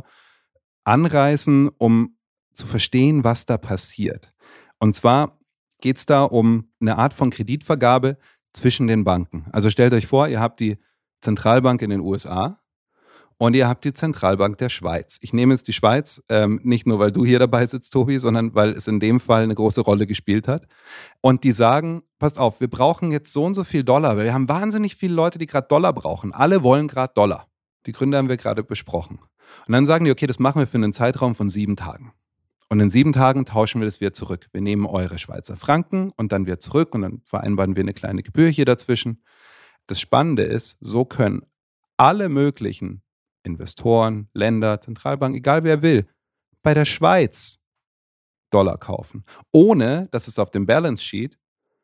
anreißen, um zu verstehen, was da passiert. Und zwar geht es da um eine Art von Kreditvergabe zwischen den Banken. Also stellt euch vor, ihr habt die Zentralbank in den U S A und ihr habt die Zentralbank der Schweiz. Ich nehme jetzt die Schweiz, ähm, nicht nur, weil du hier dabei sitzt, Tobi, sondern weil es in dem Fall eine große Rolle gespielt hat. Und die sagen, passt auf, wir brauchen jetzt so und so viel Dollar, weil wir haben wahnsinnig viele Leute, die gerade Dollar brauchen. Alle wollen gerade Dollar. Die Gründe haben wir gerade besprochen. Und dann sagen die, okay, das machen wir für einen Zeitraum von sieben Tagen. Und in sieben Tagen tauschen wir das wieder zurück. Wir nehmen eure Schweizer Franken und dann wieder zurück, und dann vereinbaren wir eine kleine Gebühr hier dazwischen. Das Spannende ist, so können alle möglichen Investoren, Länder, Zentralbanken, egal wer will, bei der Schweiz Dollar kaufen, ohne dass es auf dem Balance Sheet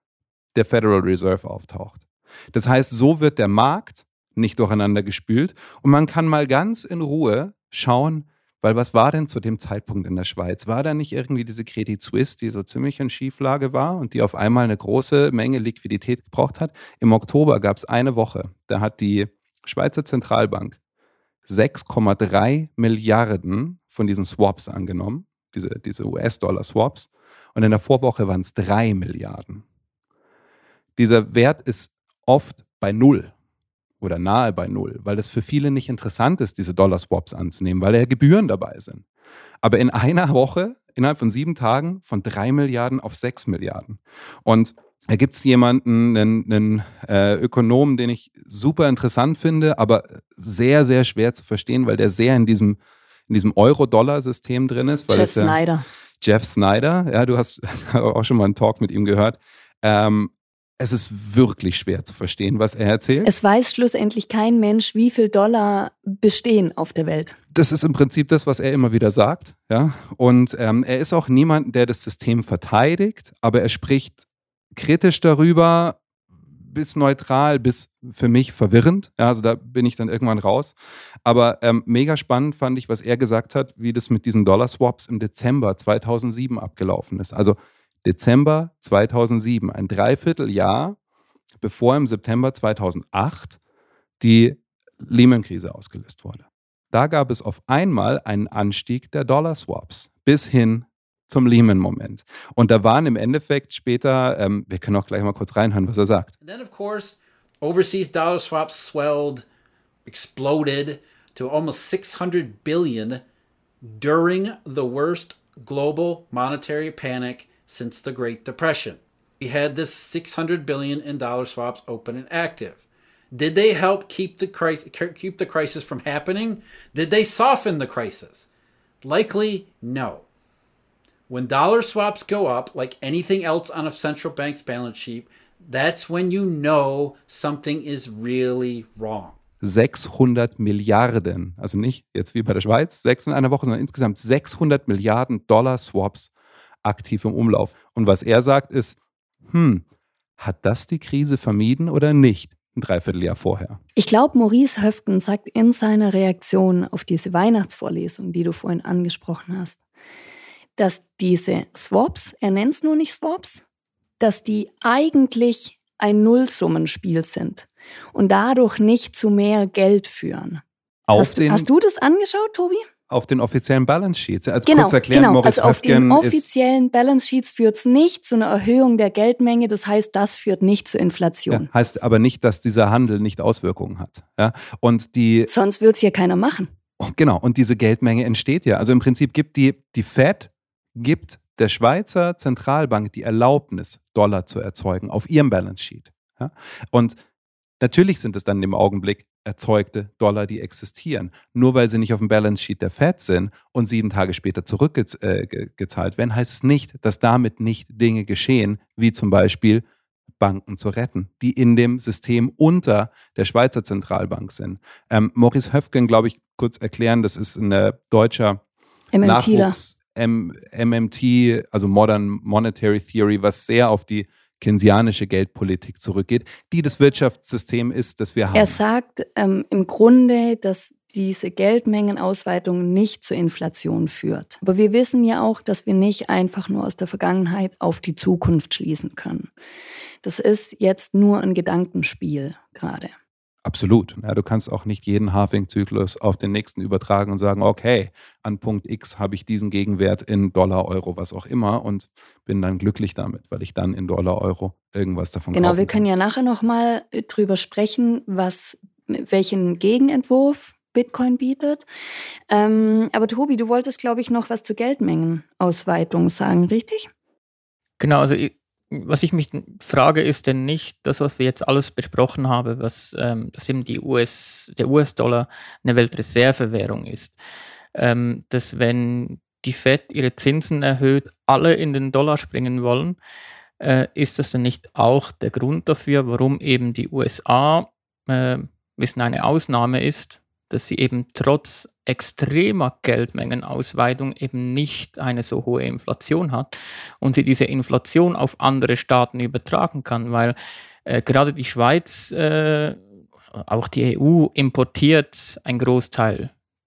der Federal Reserve auftaucht. Das heißt, so wird der Markt nicht durcheinander gespült, und man kann mal ganz in Ruhe schauen, weil was war denn zu dem Zeitpunkt in der Schweiz? War da nicht irgendwie diese Credit Suisse, die so ziemlich in Schieflage war und die auf einmal eine große Menge Liquidität gebraucht hat? Im Oktober gab es eine Woche, da hat die Schweizer Zentralbank sechs Komma drei Milliarden von diesen Swaps angenommen, diese, diese U S-Dollar-Swaps, und in der Vorwoche waren es drei Milliarden. Dieser Wert ist oft bei Null oder nahe bei Null, weil das für viele nicht interessant ist, diese Dollar-Swaps anzunehmen, weil ja Gebühren dabei sind. Aber in einer Woche, innerhalb von sieben Tagen, von drei Milliarden auf sechs Milliarden. Und da gibt es jemanden, einen, einen äh, Ökonomen, den ich super interessant finde, aber sehr, sehr schwer zu verstehen, weil der sehr in diesem, in diesem Euro-Dollar-System drin ist. Weil Jeff es ja, Snyder. Jeff Snyder, ja, du hast auch schon mal einen Talk mit ihm gehört. Ähm, es ist wirklich schwer zu verstehen, was er erzählt. Es weiß schlussendlich kein Mensch, wie viel Dollar bestehen auf der Welt. Das ist im Prinzip das, was er immer wieder sagt. Ja? Und ähm, er ist auch niemand, der das System verteidigt, aber er spricht kritisch darüber, bis neutral, bis für mich verwirrend. Ja, also da bin ich dann irgendwann raus. Aber ähm, mega spannend fand ich, was er gesagt hat, wie das mit diesen Dollar-Swaps im Dezember zweitausendsieben abgelaufen ist. Also Dezember zweitausendsieben, ein Dreivierteljahr, bevor im September zweitausendacht die Lehman-Krise ausgelöst wurde. Da gab es auf einmal einen Anstieg der Dollar-Swaps bis hin zum Lehman-Moment. Und da waren im Endeffekt später, ähm, wir können auch gleich mal kurz reinhören, was er sagt. And then of course, overseas dollar swaps swelled, exploded to almost six hundred billion during the worst global monetary panic since the Great Depression. We had this six hundred billion in dollar swaps open and active. Did they help keep the crisis keep the crisis from happening? Did they soften the crisis? Likely no. When dollar swaps go up, like anything else on a central bank's balance sheet, that's when you know something is really wrong. sechshundert Milliarden, also nicht jetzt wie bei der Schweiz, sechs in einer Woche, sondern insgesamt sechshundert Milliarden Dollar Swaps aktiv im Umlauf. Und was er sagt ist, hm, hat das die Krise vermieden oder nicht? Ein Dreivierteljahr vorher. Ich glaube, Maurice Höfgen sagt in seiner Reaktion auf diese Weihnachtsvorlesung, die du vorhin angesprochen hast, dass diese Swaps, er nennt es nur nicht Swaps, dass die eigentlich ein Nullsummenspiel sind und dadurch nicht zu mehr Geld führen. Auf hast, den, hast du das angeschaut, Tobi? Auf den offiziellen Balance Sheets. Als genau, kurz erklären, genau. Maurice also auf Höfgen den offiziellen Balance Sheets führt es nicht zu einer Erhöhung der Geldmenge. Das heißt, das führt nicht zur Inflation. Ja, heißt aber nicht, dass dieser Handel nicht Auswirkungen hat. Ja? Und die, Sonst würde es hier keiner machen. Oh, genau, und diese Geldmenge entsteht ja. Also im Prinzip gibt die, die Fed gibt der Schweizer Zentralbank die Erlaubnis, Dollar zu erzeugen auf ihrem Balance Sheet. Ja? Und natürlich sind es dann im Augenblick erzeugte Dollar, die existieren. Nur weil sie nicht auf dem Balance Sheet der Fed sind und sieben Tage später zurückgezahlt werden, heißt es nicht, dass damit nicht Dinge geschehen, wie zum Beispiel Banken zu retten, die in dem System unter der Schweizer Zentralbank sind. Ähm, Maurice Höfgen, glaube ich, kurz erklären, das ist ein deutscher Nachwuchs, M M T, also Modern Monetary Theory, was sehr auf die keynesianische Geldpolitik zurückgeht, die das Wirtschaftssystem ist, das wir haben. Er sagt ähm, im Grunde, dass diese Geldmengenausweitung nicht zur Inflation führt. Aber wir wissen ja auch, dass wir nicht einfach nur aus der Vergangenheit auf die Zukunft schließen können. Das ist jetzt nur ein Gedankenspiel gerade. Absolut. Ja, du kannst auch nicht jeden Halving-Zyklus auf den nächsten übertragen und sagen, okay, an Punkt X habe ich diesen Gegenwert in Dollar, Euro, was auch immer und bin dann glücklich damit, weil ich dann in Dollar, Euro irgendwas davon genau, kaufen wir können kann. ja nachher nochmal drüber sprechen, was, welchen Gegenentwurf Bitcoin bietet. Ähm, aber Tobi, du wolltest, glaube ich, noch was zur Geldmengenausweitung sagen, richtig? Genau, also ich Was ich mich frage, ist denn nicht das, was wir jetzt alles besprochen haben, was, ähm, dass eben die U S, der U S-Dollar eine Weltreservewährung ist. Ähm, dass wenn die Fed ihre Zinsen erhöht, alle in den Dollar springen wollen, äh, ist das denn nicht auch der Grund dafür, warum eben die U S A äh, wissen eine Ausnahme ist, dass sie eben trotz extremer Geldmengenausweitung eben nicht eine so hohe Inflation hat und sie diese Inflation auf andere Staaten übertragen kann, weil äh, gerade die Schweiz, äh, auch die E U importiert einen Großteil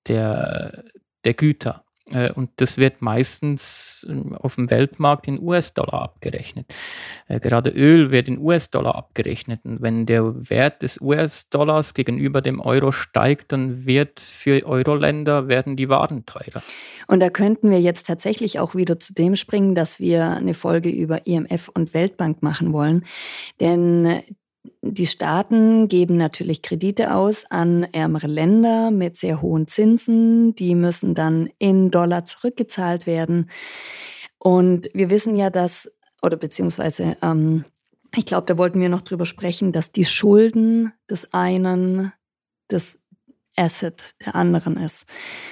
der, der Güter. Und das wird meistens auf dem Weltmarkt in U S-Dollar abgerechnet. Gerade Öl wird in U S-Dollar abgerechnet. Und wenn der Wert des U S-Dollars gegenüber dem Euro steigt, dann wird für Euro-Länder werden die Waren teurer. Und da könnten wir jetzt tatsächlich auch wieder zu dem springen, dass wir eine Folge über I M F und Weltbank machen wollen. Denn die Staaten geben natürlich Kredite aus an ärmere Länder mit sehr hohen Zinsen. Die müssen dann in Dollar zurückgezahlt werden. Und wir wissen ja, dass, oder beziehungsweise, ähm, ich glaube, da wollten wir noch drüber sprechen, dass die Schulden des einen das Asset der anderen ist.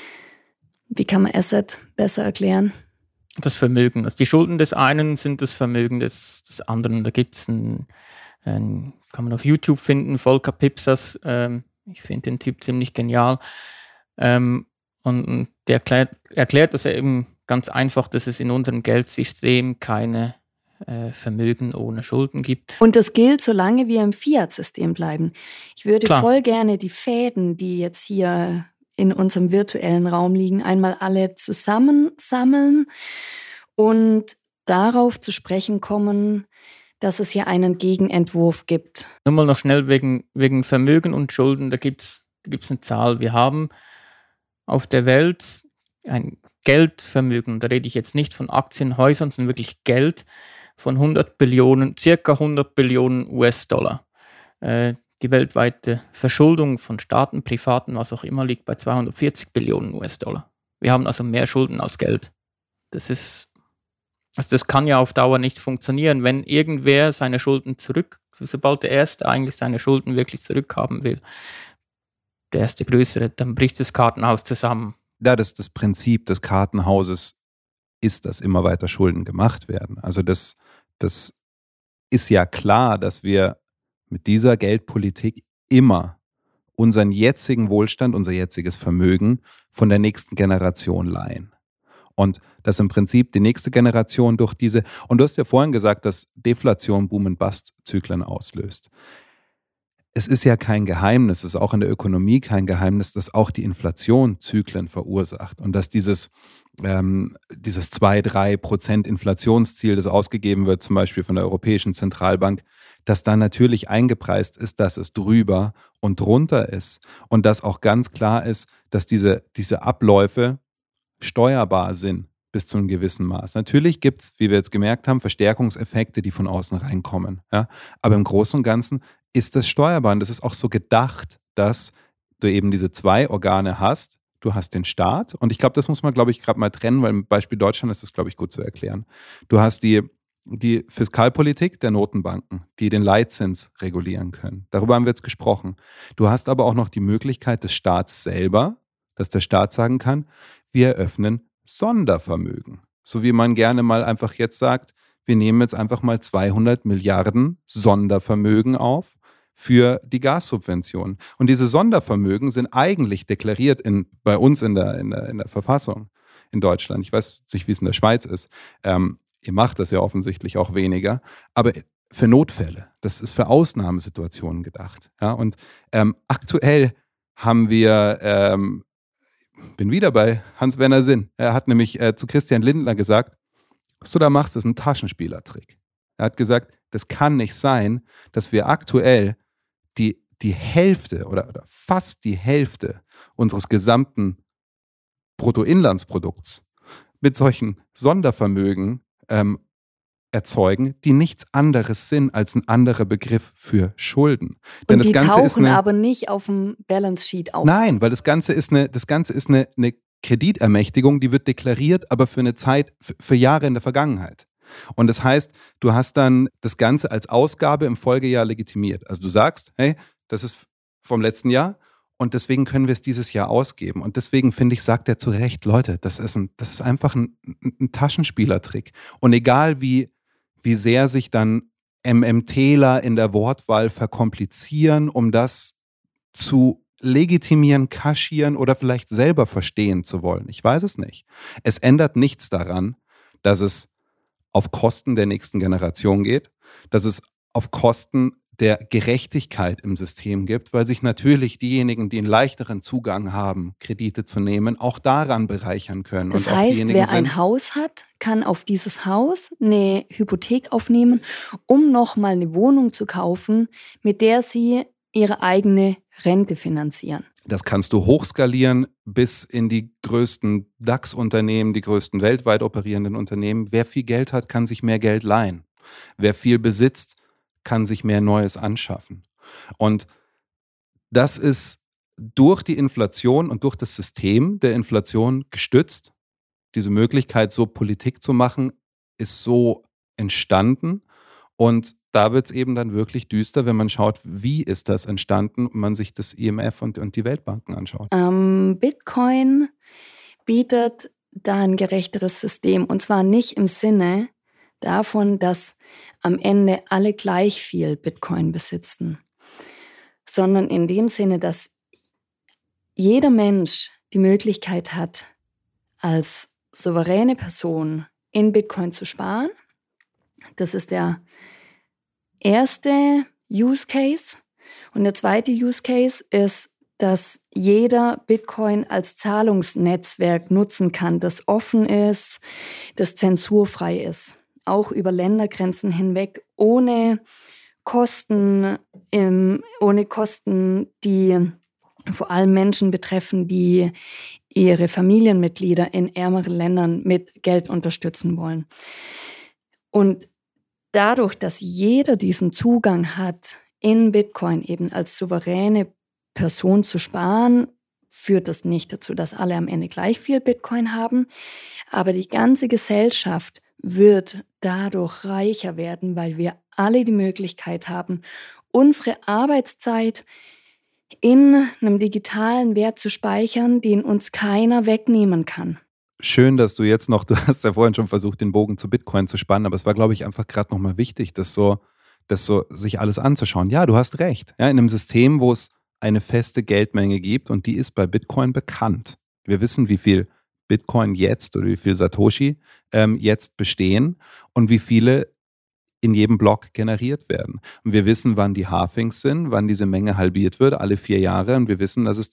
Wie kann man Asset besser erklären? Das Vermögen. Also die Schulden des einen sind das Vermögen des, des anderen. Da gibt es ein, ein, kann man auf YouTube finden, Volker Pipsas. Ähm, ich finde den Typ ziemlich genial. Ähm, und, und der erklärt, erklärt das eben ganz einfach, dass es in unserem Geldsystem keine äh, Vermögen ohne Schulden gibt. Und das gilt, solange wir im Fiat-System bleiben. Ich würde Klar. voll gerne die Fäden, die jetzt hier in unserem virtuellen Raum liegen, einmal alle zusammensammeln und darauf zu sprechen kommen, dass es hier einen Gegenentwurf gibt. Nur mal noch schnell wegen, wegen Vermögen und Schulden, da gibt es da gibt's eine Zahl. Wir haben auf der Welt ein Geldvermögen, da rede ich jetzt nicht von Aktienhäusern, sondern wirklich Geld von hundert Billionen, circa hundert Billionen U S-Dollar. Äh, Die weltweite Verschuldung von Staaten, Privaten, was auch immer, liegt bei zweihundertvierzig Billionen U S-Dollar. Wir haben also mehr Schulden als Geld. Das ist, also das kann ja auf Dauer nicht funktionieren, wenn irgendwer seine Schulden zurück, sobald der Erste eigentlich seine Schulden wirklich zurückhaben will, der erste Größere, dann bricht das Kartenhaus zusammen. Ja, das, das Prinzip des Kartenhauses ist, dass immer weiter Schulden gemacht werden. Also das, das ist ja klar, dass wir mit dieser Geldpolitik immer unseren jetzigen Wohlstand, unser jetziges Vermögen von der nächsten Generation leihen. Und dass im Prinzip die nächste Generation durch diese, und du hast ja vorhin gesagt, dass Deflation Boom- und Bust-Zyklen auslöst. Es ist ja kein Geheimnis, es ist auch in der Ökonomie kein Geheimnis, dass auch die Inflation Zyklen verursacht und dass dieses, ähm, dieses zwei bis drei Prozent Inflationsziel, das ausgegeben wird, zum Beispiel von der Europäischen Zentralbank, dass da natürlich eingepreist ist, dass es drüber und drunter ist und dass auch ganz klar ist, dass diese, diese Abläufe steuerbar sind bis zu einem gewissen Maß. Natürlich gibt es, wie wir jetzt gemerkt haben, Verstärkungseffekte, die von außen reinkommen. Ja? Aber im Großen und Ganzen ist das steuerbar und das ist auch so gedacht, dass du eben diese zwei Organe hast. Du hast den Staat und ich glaube, das muss man, glaube ich, gerade mal trennen, weil im Beispiel Deutschland ist das, glaube ich, gut zu erklären. Du hast die Die Fiskalpolitik der Notenbanken, die den Leitzins regulieren können. Darüber haben wir jetzt gesprochen. Du hast aber auch noch die Möglichkeit des Staats selber, dass der Staat sagen kann, wir eröffnen Sondervermögen. So wie man gerne mal einfach jetzt sagt, wir nehmen jetzt einfach mal zweihundert Milliarden Sondervermögen auf für die Gassubventionen. Und diese Sondervermögen sind eigentlich deklariert in, bei uns in der, in, der, in der Verfassung in Deutschland. Ich weiß nicht, wie es in der Schweiz ist. Ähm, Ihr macht das ja offensichtlich auch weniger, aber für Notfälle, das ist für Ausnahmesituationen gedacht. Ja? Und ähm, aktuell haben wir, ähm, bin wieder bei Hans-Werner Sinn, er hat nämlich äh, zu Christian Lindner gesagt, was du da machst, ist ein Taschenspielertrick. Er hat gesagt, das kann nicht sein, dass wir aktuell die, die Hälfte oder, oder fast die Hälfte unseres gesamten Bruttoinlandsprodukts mit solchen Sondervermögen Ähm, erzeugen, die nichts anderes sind als ein anderer Begriff für Schulden. Denn und das die Ganze tauchen ist eine, aber nicht auf dem Balance Sheet auf. Nein, weil das Ganze ist eine, das Ganze ist eine, eine Kreditermächtigung, die wird deklariert, aber für eine Zeit, für, für Jahre in der Vergangenheit. Und das heißt, du hast dann das Ganze als Ausgabe im Folgejahr legitimiert. Also du sagst, hey, das ist vom letzten Jahr und deswegen können wir es dieses Jahr ausgeben. Und deswegen, finde ich, sagt er zu Recht, Leute, das ist, ein, das ist einfach ein, ein Taschenspielertrick. Und egal wie, wie sehr sich dann MMTler in der Wortwahl verkomplizieren, um das zu legitimieren, kaschieren oder vielleicht selber verstehen zu wollen. Ich weiß es nicht. Es ändert nichts daran, dass es auf Kosten der nächsten Generation geht, dass es auf Kosten der Gerechtigkeit im System gibt, weil sich natürlich diejenigen, die einen leichteren Zugang haben, Kredite zu nehmen, auch daran bereichern können. Das und heißt, wer sind, ein Haus hat, kann auf dieses Haus eine Hypothek aufnehmen, um nochmal eine Wohnung zu kaufen, mit der sie ihre eigene Rente finanzieren. Das kannst du hochskalieren bis in die größten DAX-Unternehmen, die größten weltweit operierenden Unternehmen. Wer viel Geld hat, kann sich mehr Geld leihen. Wer viel besitzt, kann sich mehr Neues anschaffen. Und das ist durch die Inflation und durch das System der Inflation gestützt. Diese Möglichkeit, so Politik zu machen, ist so entstanden. Und da wird es eben dann wirklich düster, wenn man schaut, wie ist das entstanden und man sich das I M F und, und die Weltbanken anschaut. Ähm, Bitcoin bietet da ein gerechteres System. Und zwar nicht im Sinne davon, dass am Ende alle gleich viel Bitcoin besitzen, sondern in dem Sinne, dass jeder Mensch die Möglichkeit hat, als souveräne Person in Bitcoin zu sparen. Das ist der erste Use Case. Und der zweite Use Case ist, dass jeder Bitcoin als Zahlungsnetzwerk nutzen kann, das offen ist, das zensurfrei ist, auch über Ländergrenzen hinweg, ohne Kosten, ähm, ohne Kosten, die vor allem Menschen betreffen, die ihre Familienmitglieder in ärmeren Ländern mit Geld unterstützen wollen. Und dadurch, dass jeder diesen Zugang hat, in Bitcoin eben als souveräne Person zu sparen, führt das nicht dazu, dass alle am Ende gleich viel Bitcoin haben. Aber die ganze Gesellschaft wird dadurch reicher werden, weil wir alle die Möglichkeit haben, unsere Arbeitszeit in einem digitalen Wert zu speichern, den uns keiner wegnehmen kann. Schön, dass du jetzt noch, du hast ja vorhin schon versucht, den Bogen zu Bitcoin zu spannen, aber es war, glaube ich, einfach gerade nochmal wichtig, das so, das so sich alles anzuschauen. Ja, du hast recht. Ja, in einem System, wo es eine feste Geldmenge gibt und die ist bei Bitcoin bekannt. Wir wissen, wie viel Bitcoin jetzt oder wie viel Satoshi ähm, jetzt bestehen und wie viele in jedem Block generiert werden. Und wir wissen, wann die Halvings sind, wann diese Menge halbiert wird, alle vier Jahre. Und wir wissen, dass es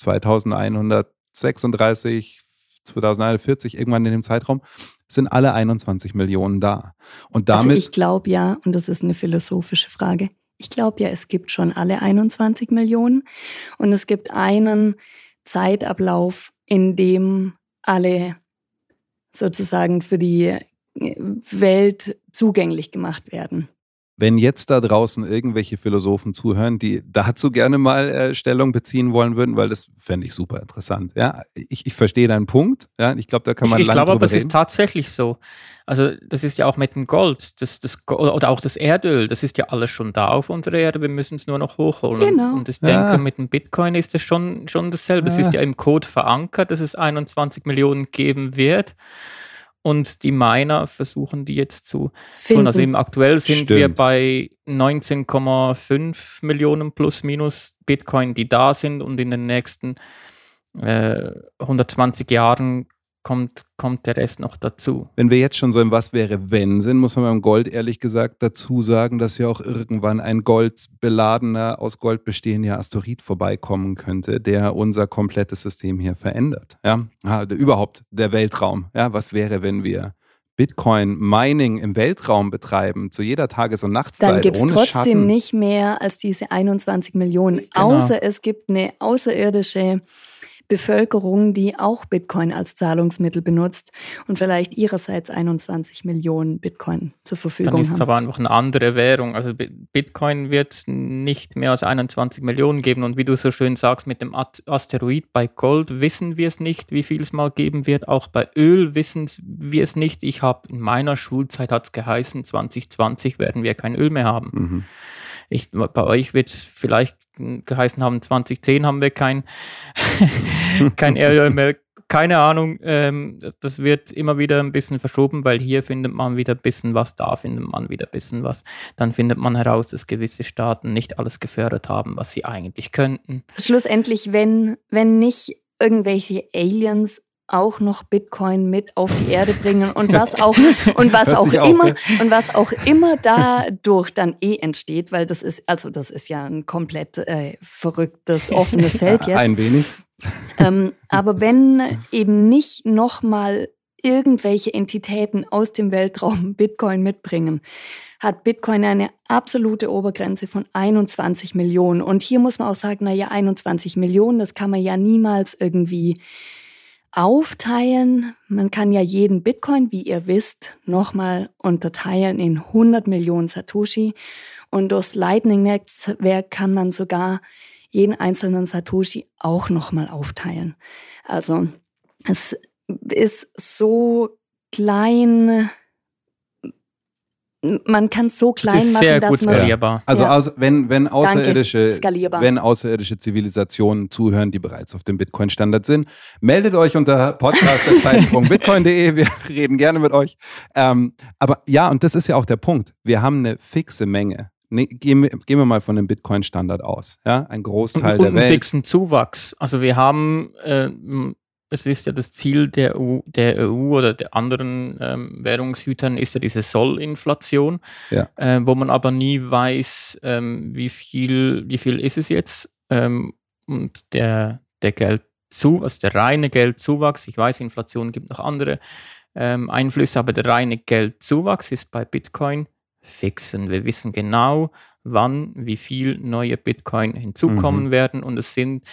zweitausendeinhundertsechsunddreißig, zweitausendeinundvierzig, irgendwann in dem Zeitraum, sind alle einundzwanzig Millionen da. Und damit, also ich glaube ja, und das ist eine philosophische Frage, ich glaube ja, es gibt schon alle einundzwanzig Millionen und es gibt einen Zeitablauf, in dem alle sozusagen für die Welt zugänglich gemacht werden. Wenn jetzt da draußen irgendwelche Philosophen zuhören, die dazu gerne mal äh, Stellung beziehen wollen würden, weil das fände ich super interessant. Ja, ich, ich verstehe deinen Punkt. Ja, ich glaube, da kann man Ich, ich lang glaube aber, es reden. ist tatsächlich so. Also das ist ja auch mit dem Gold, das, das, oder auch das Erdöl, das ist ja alles schon da auf unserer Erde, wir müssen es nur noch hochholen. Genau. Und ich Ja. denke, mit dem Bitcoin ist das schon, schon dasselbe. Ja. Es ist ja im Code verankert, dass es einundzwanzig Millionen geben wird. Und die Miner versuchen die jetzt zu Finden. tun. Also im aktuell sind Stimmt. wir bei neunzehn Komma fünf Millionen plus minus Bitcoin, die da sind. Und in den nächsten äh, hundertzwanzig Jahren kommt, kommt der Rest noch dazu. Wenn wir jetzt schon so im Was wäre, wenn sind, muss man beim Gold ehrlich gesagt dazu sagen, dass ja auch irgendwann ein goldbeladener, aus Gold bestehender Asteroid vorbeikommen könnte, der unser komplettes System hier verändert. Ja? Ah, überhaupt der Weltraum. Ja? Was wäre, wenn wir Bitcoin-Mining im Weltraum betreiben, zu jeder Tages- und Nachtszeit, Dann gibt es ohne trotzdem Schatten? nicht mehr als diese einundzwanzig Millionen, Genau. außer es gibt eine außerirdische Bevölkerung, die auch Bitcoin als Zahlungsmittel benutzt und vielleicht ihrerseits einundzwanzig Millionen Bitcoin zur Dann Verfügung ist es haben. aber einfach eine andere Währung. Also Bi- Bitcoin wird nicht mehr als einundzwanzig Millionen geben. Und wie du so schön sagst, mit dem At- Asteroid bei Gold wissen wir es nicht, wie viel es mal geben wird. Auch bei Öl wissen wir es nicht. Ich habe in meiner Schulzeit hat es geheißen, zwanzig zwanzig werden wir kein Öl mehr haben. Mhm. Ich, bei euch wird es vielleicht geheißen haben, zwanzig zehn haben wir kein, kein Erdöl mehr. Keine Ahnung, ähm, das wird immer wieder ein bisschen verschoben, weil hier findet man wieder ein bisschen was, da findet man wieder ein bisschen was. Dann findet man heraus, dass gewisse Staaten nicht alles gefördert haben, was sie eigentlich könnten. Schlussendlich, wenn, wenn nicht irgendwelche Aliens auch noch Bitcoin mit auf die Erde bringen und was auch und was Hörst auch dich auf, immer ne? und was auch immer dadurch dann eh entsteht, weil das ist also das ist ja ein komplett äh, verrücktes offenes Feld jetzt. Ein wenig. Ähm, aber wenn eben nicht nochmal irgendwelche Entitäten aus dem Weltraum Bitcoin mitbringen, hat Bitcoin eine absolute Obergrenze von einundzwanzig Millionen. Und hier muss man auch sagen, naja, einundzwanzig Millionen, das kann man ja niemals irgendwie aufteilen. Man kann ja jeden Bitcoin, wie ihr wisst, nochmal unterteilen in hundert Millionen Satoshi. Und durchs Lightning-Netzwerk kann man sogar jeden einzelnen Satoshi auch nochmal aufteilen. Also es ist so klein, man kann es so klein das ist machen, sehr dass gut man... skalierbar. Also Ja. aus, wenn, wenn, außerirdische, Skalierbar. wenn außerirdische Zivilisationen zuhören, die bereits auf dem Bitcoin-Standard sind, meldet euch unter podcast punkt zeitsprung bitcoin punkt de. Wir reden gerne mit euch. Ähm, aber ja, und das ist ja auch der Punkt. Wir haben eine fixe Menge. Nee, gehen, wir, gehen wir mal von dem Bitcoin-Standard aus. Ja? Ein Großteil und, der und Welt. einen fixen Zuwachs. Also wir haben, äh, es ist ja das Ziel der E U, der E U oder der anderen ähm, Währungshütern ist ja diese Sollinflation, Ja. äh, wo man aber nie weiß, ähm, wie viel, wie viel ist es jetzt. Ähm, und der, der Geldzu, also der reine Geldzuwachs, ich weiß, Inflation gibt noch andere ähm, Einflüsse, aber der reine Geldzuwachs ist bei Bitcoin fix. Und wir wissen genau, wann, wie viel neue Bitcoin hinzukommen Mhm. werden. Und es sind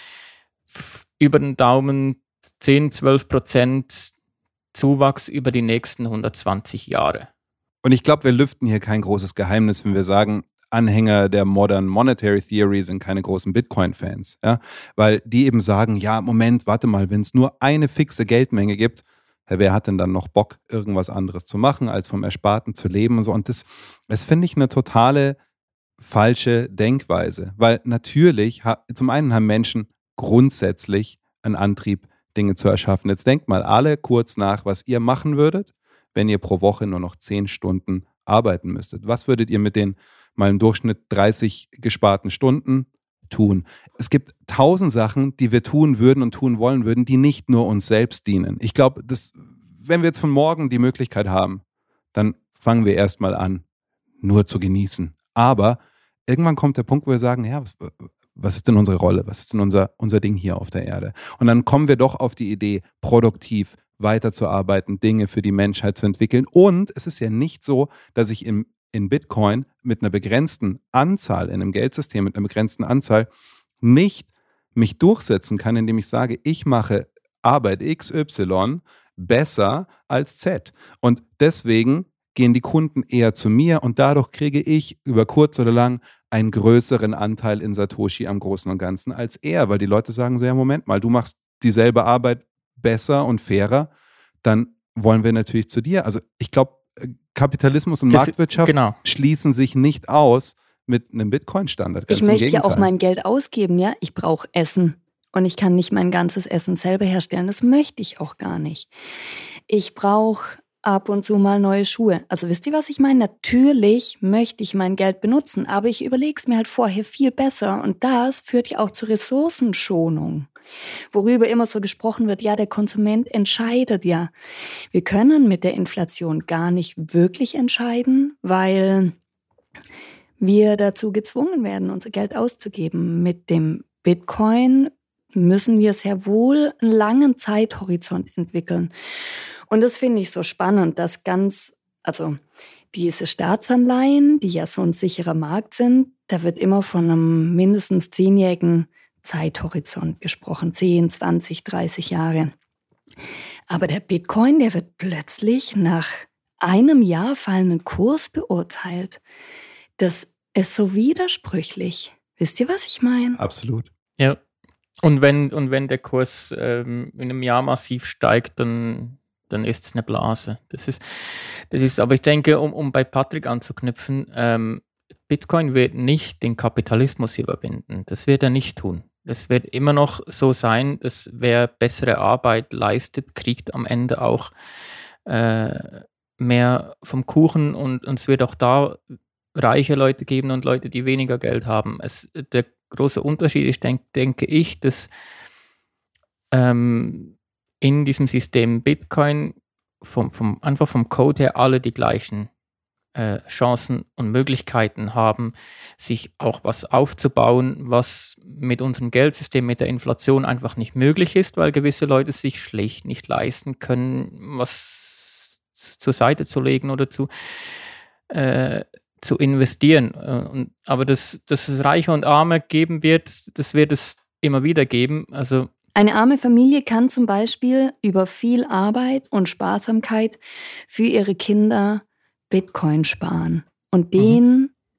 f- über den Daumen zehn, zwölf Prozent Zuwachs über die nächsten hundertzwanzig Jahre. Und ich glaube, wir lüften hier kein großes Geheimnis, wenn wir sagen, Anhänger der Modern Monetary Theory sind keine großen Bitcoin-Fans. Ja? Weil die eben sagen, ja, Moment, warte mal, wenn es nur eine fixe Geldmenge gibt, ja, wer hat denn dann noch Bock, irgendwas anderes zu machen, als vom Ersparten zu leben und so. Und das, das finde ich eine totale falsche Denkweise. Weil natürlich, ha- zum einen haben Menschen grundsätzlich einen Antrieb, Dinge zu erschaffen. Jetzt denkt mal alle kurz nach, was ihr machen würdet, wenn ihr pro Woche nur noch zehn Stunden arbeiten müsstet. Was würdet ihr mit den mal im Durchschnitt dreißig gesparten Stunden tun? Es gibt tausend Sachen, die wir tun würden und tun wollen würden, die nicht nur uns selbst dienen. Ich glaube, dass, wenn wir jetzt von morgen die Möglichkeit haben, dann fangen wir erstmal an, nur zu genießen. Aber irgendwann kommt der Punkt, wo wir sagen, ja, was, was ist denn unsere Rolle? Was ist denn unser, unser Ding hier auf der Erde? Und dann kommen wir doch auf die Idee, produktiv weiterzuarbeiten, Dinge für die Menschheit zu entwickeln. Und es ist ja nicht so, dass ich im, in Bitcoin mit einer begrenzten Anzahl, in einem Geldsystem mit einer begrenzten Anzahl, nicht mich durchsetzen kann, indem ich sage, ich mache Arbeit X Y besser als Z. Und deswegen gehen die Kunden eher zu mir und dadurch kriege ich über kurz oder lang einen größeren Anteil in Satoshi am Großen und Ganzen als er, weil die Leute sagen so, ja, Moment mal, du machst dieselbe Arbeit besser und fairer, dann wollen wir natürlich zu dir. Also ich glaube, Kapitalismus und Das- Marktwirtschaft genau. schließen sich nicht aus mit einem Bitcoin-Standard. Ganz Ich im möchte ja auch Gegenteil. mein Geld ausgeben, ja. Ich brauche Essen. Und ich kann nicht mein ganzes Essen selber herstellen. Das möchte ich auch gar nicht. Ich brauche ab und zu mal neue Schuhe. Also wisst ihr, was ich meine? Natürlich möchte ich mein Geld benutzen, aber ich überlege es mir halt vorher viel besser. Und das führt ja auch zur Ressourcenschonung. Worüber immer so gesprochen wird, ja, der Konsument entscheidet ja. Wir können mit der Inflation gar nicht wirklich entscheiden, weil wir dazu gezwungen werden, unser Geld auszugeben. Mit dem Bitcoin müssen wir sehr wohl einen langen Zeithorizont entwickeln. Und das finde ich so spannend, dass ganz, also diese Staatsanleihen, die ja so ein sicherer Markt sind, da wird immer von einem mindestens zehnjährigen Zeithorizont gesprochen, zehn, zwanzig, dreißig Jahre. Aber der Bitcoin, der wird plötzlich nach einem Jahr fallenden Kurs beurteilt. Das ist so widersprüchlich. Wisst ihr, was ich meine? Absolut. Ja. Und wenn, und wenn der Kurs ähm, in einem Jahr massiv steigt, dann, dann ist es eine Blase. Das ist, das ist, aber ich denke, um, um bei Patrick anzuknüpfen, ähm, Bitcoin wird nicht den Kapitalismus überwinden. Das wird er nicht tun. Es wird immer noch so sein, dass wer bessere Arbeit leistet, kriegt am Ende auch äh, mehr vom Kuchen, und, und es wird auch da reiche Leute geben und Leute, die weniger Geld haben. Es, der große Unterschied ist, denk, denke ich, dass ähm, in diesem System Bitcoin vom, vom, einfach vom Code her alle die gleichen äh, Chancen und Möglichkeiten haben, sich auch was aufzubauen, was mit unserem Geldsystem, mit der Inflation einfach nicht möglich ist, weil gewisse Leute sich schlicht nicht leisten können, was zur Seite zu legen oder zu äh, zu investieren. Und, aber dass, dass es Reiche und Arme geben wird, das wird es immer wieder geben. Also Eine arme Familie kann zum Beispiel über viel Arbeit und Sparsamkeit für ihre Kinder Bitcoin sparen und den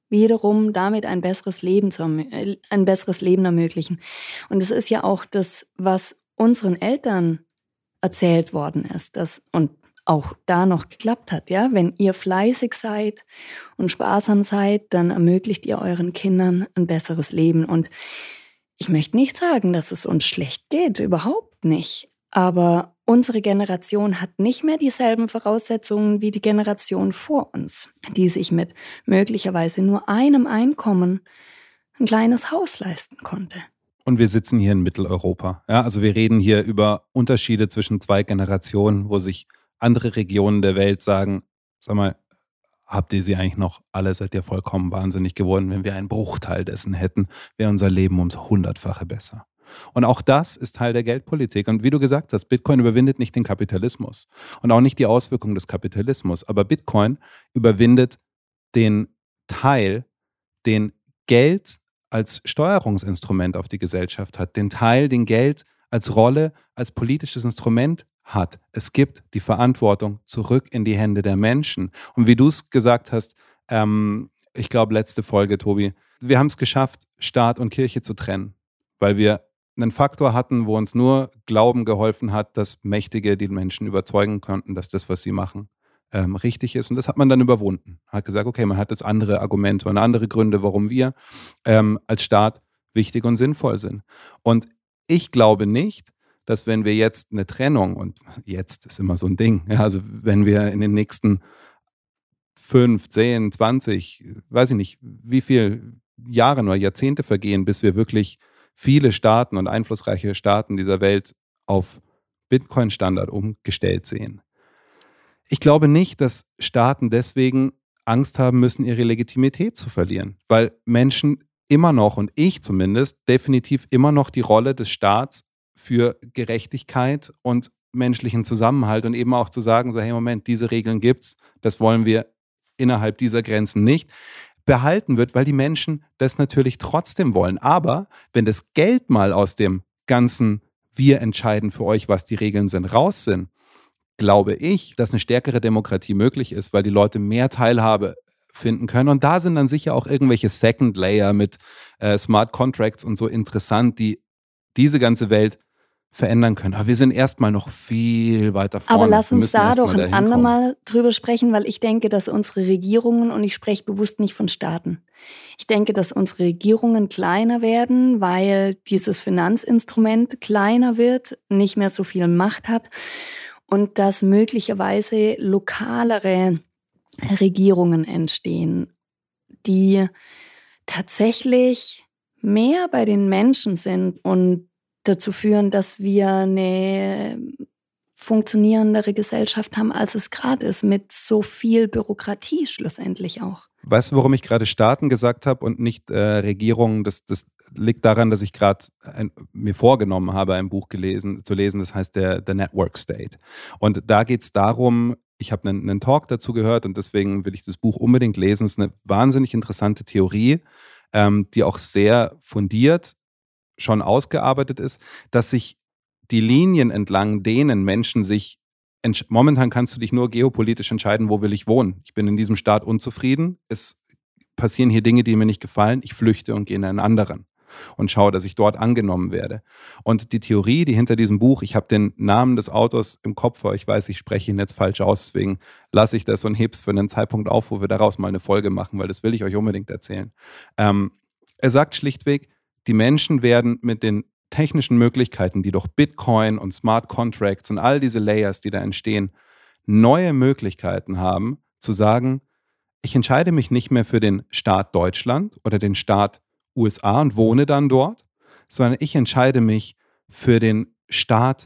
wiederum damit ein besseres Leben zu, ein besseres Leben ermöglichen. Und es ist ja auch das, was unseren Eltern erzählt worden ist, dass, und auch da noch geklappt hat, ja, wenn ihr fleißig seid und sparsam seid, dann ermöglicht ihr euren Kindern ein besseres Leben. Und ich möchte nicht sagen, dass es uns schlecht geht, überhaupt nicht. Aber unsere Generation hat nicht mehr dieselben Voraussetzungen wie die Generation vor uns, die sich mit möglicherweise nur einem Einkommen ein kleines Haus leisten konnte. Und wir sitzen hier in Mitteleuropa. Ja, also wir reden hier über Unterschiede zwischen zwei Generationen, wo sich andere Regionen der Welt sagen, sag mal, habt ihr sie eigentlich noch alle, seid ihr vollkommen wahnsinnig geworden, wenn wir einen Bruchteil dessen hätten, wäre unser Leben ums Hundertfache besser. Und auch das ist Teil der Geldpolitik. Und wie du gesagt hast, Bitcoin überwindet nicht den Kapitalismus und auch nicht die Auswirkungen des Kapitalismus. Aber Bitcoin überwindet den Teil, den Geld als Steuerungsinstrument auf die Gesellschaft hat, den Teil, den Geld als Rolle, als politisches Instrument hat. Es gibt die Verantwortung zurück in die Hände der Menschen. Und wie du es gesagt hast, ähm, ich glaube, letzte Folge, Tobi, wir haben es geschafft, Staat und Kirche zu trennen, weil wir einen Faktor hatten, wo uns nur Glauben geholfen hat, dass Mächtige die Menschen überzeugen konnten, dass das, was sie machen, ähm, richtig ist. Und das hat man dann überwunden. Hat gesagt, okay, man hat jetzt andere Argumente und andere Gründe, warum wir ähm, als Staat wichtig und sinnvoll sind. Und ich glaube nicht, dass wenn wir jetzt eine Trennung, und jetzt ist immer so ein Ding, ja, also wenn wir in den nächsten fünf, zehn, zwanzig, weiß ich nicht, wie viele Jahre oder Jahrzehnte vergehen, bis wir wirklich viele Staaten und einflussreiche Staaten dieser Welt auf Bitcoin-Standard umgestellt sehen. Ich glaube nicht, dass Staaten deswegen Angst haben müssen, ihre Legitimität zu verlieren, weil Menschen immer noch, und ich zumindest, definitiv immer noch die Rolle des Staats für Gerechtigkeit und menschlichen Zusammenhalt und eben auch zu sagen, so hey, Moment, diese Regeln gibt's, das wollen wir innerhalb dieser Grenzen nicht, behalten wird, weil die Menschen das natürlich trotzdem wollen. Aber wenn das Geld mal aus dem ganzen wir entscheiden für euch, was die Regeln sind, raus sind, glaube ich, dass eine stärkere Demokratie möglich ist, weil die Leute mehr Teilhabe finden können. Und da sind dann sicher auch irgendwelche Second Layer mit äh, Smart Contracts und so interessant, die diese ganze Welt verändern können. Aber wir sind erstmal noch viel weiter vorne. Aber lass uns da doch ein andermal drüber sprechen, weil ich denke, dass unsere Regierungen, und ich spreche bewusst nicht von Staaten, ich denke, dass unsere Regierungen kleiner werden, weil dieses Finanzinstrument kleiner wird, nicht mehr so viel Macht hat und dass möglicherweise lokalere Regierungen entstehen, die tatsächlich mehr bei den Menschen sind und dazu führen, dass wir eine funktionierendere Gesellschaft haben, als es gerade ist, mit so viel Bürokratie schlussendlich auch. Weißt du, warum ich gerade Staaten gesagt habe und nicht äh, Regierungen? Das, das liegt daran, dass ich gerade mir vorgenommen habe, ein Buch gelesen, zu lesen, das heißt der, der Network State. Und da geht es darum, ich habe einen, einen Talk dazu gehört und deswegen will ich das Buch unbedingt lesen. Es ist eine wahnsinnig interessante Theorie, ähm, die auch sehr fundiert schon ausgearbeitet ist, dass sich die Linien entlang denen Menschen sich, entsch- momentan kannst du dich nur geopolitisch entscheiden, wo will ich wohnen. Ich bin in diesem Staat unzufrieden, es passieren hier Dinge, die mir nicht gefallen, ich flüchte und gehe in einen anderen und schaue, dass ich dort angenommen werde. Und die Theorie, die hinter diesem Buch, ich habe den Namen des Autors im Kopf, aber ich weiß, ich spreche ihn jetzt falsch aus, deswegen lasse ich das und hebe es für einen Zeitpunkt auf, wo wir daraus mal eine Folge machen, weil das will ich euch unbedingt erzählen. Ähm, er sagt schlichtweg, die Menschen werden mit den technischen Möglichkeiten, die durch Bitcoin und Smart Contracts und all diese Layers, die da entstehen, neue Möglichkeiten haben, zu sagen, ich entscheide mich nicht mehr für den Staat Deutschland oder den Staat U S A und wohne dann dort, sondern ich entscheide mich für den Staat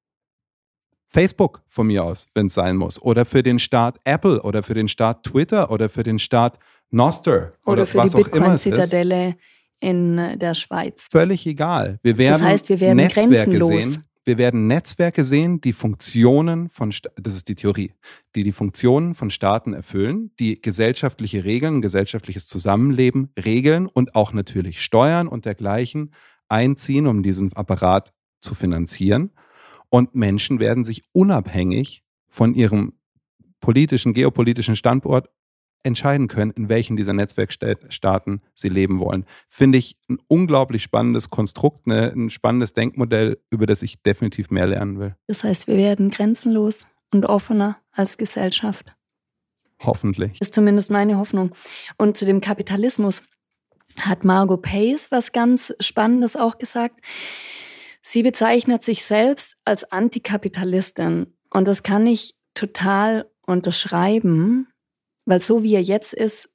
Facebook von mir aus, wenn es sein muss, oder für den Staat Apple oder für den Staat Twitter oder für den Staat Nostr oder, oder für was die auch immer es ist. Bitcoin-Zitadelle in der Schweiz. Völlig egal. Wir werden, das heißt, wir werden Netzwerke grenzenlos. sehen. Wir werden Netzwerke sehen, die Funktionen von, das ist die Theorie, die die Funktionen von Staaten erfüllen, die gesellschaftliche Regeln, gesellschaftliches Zusammenleben regeln und auch natürlich Steuern und dergleichen einziehen, um diesen Apparat zu finanzieren. Und Menschen werden sich unabhängig von ihrem politischen, geopolitischen Standort entscheiden können, in welchen dieser Netzwerkstaaten sie leben wollen. Finde ich ein unglaublich spannendes Konstrukt, ne, ein spannendes Denkmodell, über das ich definitiv mehr lernen will. Das heißt, wir werden grenzenlos und offener als Gesellschaft. Hoffentlich. Das ist zumindest meine Hoffnung. Und zu dem Kapitalismus hat Margot Pace was ganz Spannendes auch gesagt. Sie bezeichnet sich selbst als Antikapitalistin. Und das kann ich total unterschreiben, weil so wie er jetzt ist,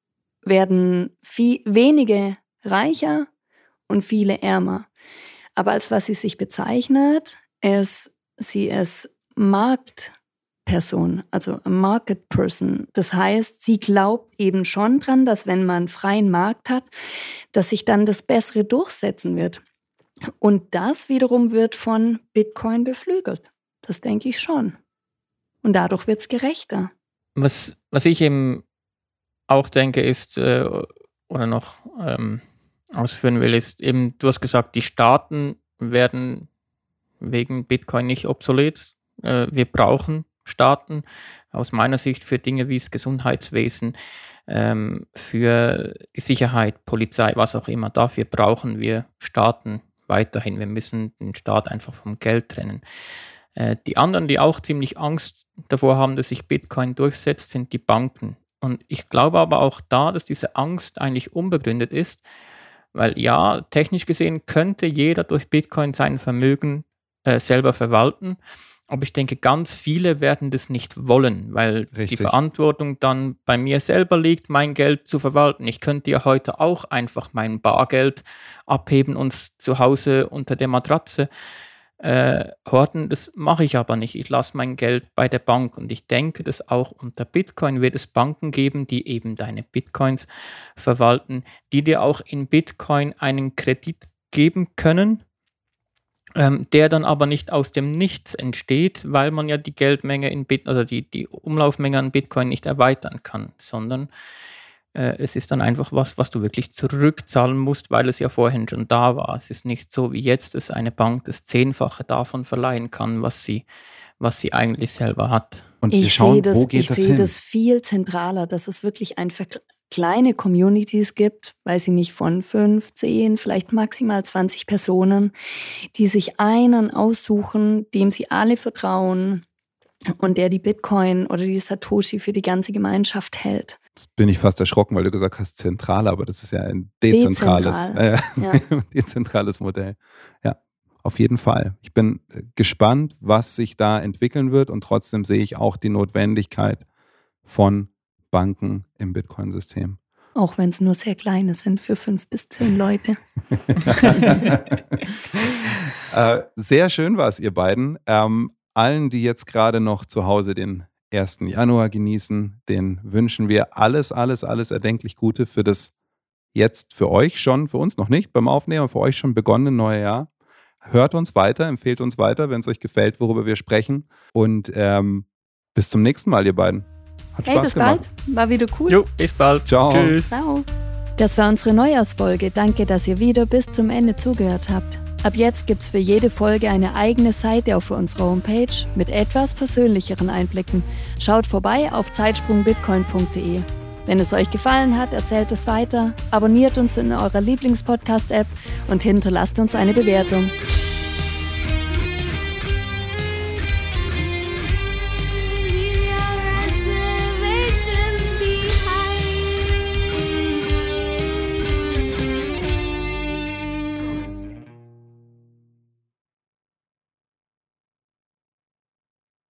werden viel, wenige reicher und viele ärmer. Aber als was sie sich bezeichnet, ist, sie ist Marktperson, also a Market Person. Das heißt, sie glaubt eben schon dran, dass wenn man einen freien Markt hat, dass sich dann das Bessere durchsetzen wird. Und das wiederum wird von Bitcoin beflügelt. Das denke ich schon. Und dadurch wird es gerechter. Was, was ich eben auch denke, ist, äh, oder noch ähm, ausführen will, ist eben, du hast gesagt, die Staaten werden wegen Bitcoin nicht obsolet. Äh, wir brauchen Staaten aus meiner Sicht für Dinge wie das Gesundheitswesen, ähm, für die Sicherheit, Polizei, was auch immer. Dafür brauchen wir Staaten weiterhin. Wir müssen den Staat einfach vom Geld trennen. Die anderen, die auch ziemlich Angst davor haben, dass sich Bitcoin durchsetzt, sind die Banken. Und ich glaube aber auch da, dass diese Angst eigentlich unbegründet ist, weil ja, technisch gesehen könnte jeder durch Bitcoin sein Vermögen äh, selber verwalten, aber ich denke, ganz viele werden das nicht wollen, weil Richtig. die Verantwortung dann bei mir selber liegt, mein Geld zu verwalten. Ich könnte ja heute auch einfach mein Bargeld abheben und zu Hause unter der Matratze Äh, horten, das mache ich aber nicht. Ich lasse mein Geld bei der Bank und ich denke, dass auch unter Bitcoin wird es Banken geben, die eben deine Bitcoins verwalten, die dir auch in Bitcoin einen Kredit geben können, ähm, der dann aber nicht aus dem Nichts entsteht, weil man ja die Geldmenge in Bit, also die, die Umlaufmenge an Bitcoin nicht erweitern kann, sondern äh, es ist dann einfach was, was du wirklich zurückzahlen musst, weil es ja vorhin schon da war. Es ist nicht so wie jetzt, dass eine Bank das Zehnfache davon verleihen kann, was sie, was sie eigentlich selber hat. Und ich wir schauen, sehe das, wo geht ich das sehe hin? das viel zentraler, dass es wirklich einfach kleine Communities gibt, weiß ich nicht, von fünf, zehn, vielleicht maximal zwanzig Personen, die sich einen aussuchen, dem sie alle vertrauen und der die Bitcoin oder die Satoshi für die ganze Gemeinschaft hält. Jetzt bin ich fast erschrocken, weil du gesagt hast zentral, aber das ist ja ein dezentrales, Dezentral. äh, Ja. dezentrales Modell. Ja, auf jeden Fall. Ich bin gespannt, was sich da entwickeln wird und trotzdem sehe ich auch die Notwendigkeit von Banken im Bitcoin-System. Auch wenn es nur sehr kleine sind für fünf bis zehn Leute. äh, sehr schön war es, ihr beiden. Ähm, allen, die jetzt gerade noch zu Hause den ersten Januar genießen, den wünschen wir alles, alles, alles erdenklich Gute für das jetzt für euch schon, für uns noch nicht, beim Aufnehmen, für euch schon begonnene neue Jahr. Hört uns weiter, empfehlt uns weiter, wenn es euch gefällt, worüber wir sprechen. Und ähm, bis zum nächsten Mal, ihr beiden. Hat hey, Spaß bis gemacht. bald. War wieder cool. Jo, bis bald. Ciao. Tschüss. Ciao. Das war unsere Neujahrsfolge. Danke, dass ihr wieder bis zum Ende zugehört habt. Ab jetzt gibt's für jede Folge eine eigene Seite auf unserer Homepage mit etwas persönlicheren Einblicken. Schaut vorbei auf zeitsprung bitcoin punkt de. Wenn es euch gefallen hat, erzählt es weiter, abonniert uns in eurer Lieblingspodcast-App und hinterlasst uns eine Bewertung.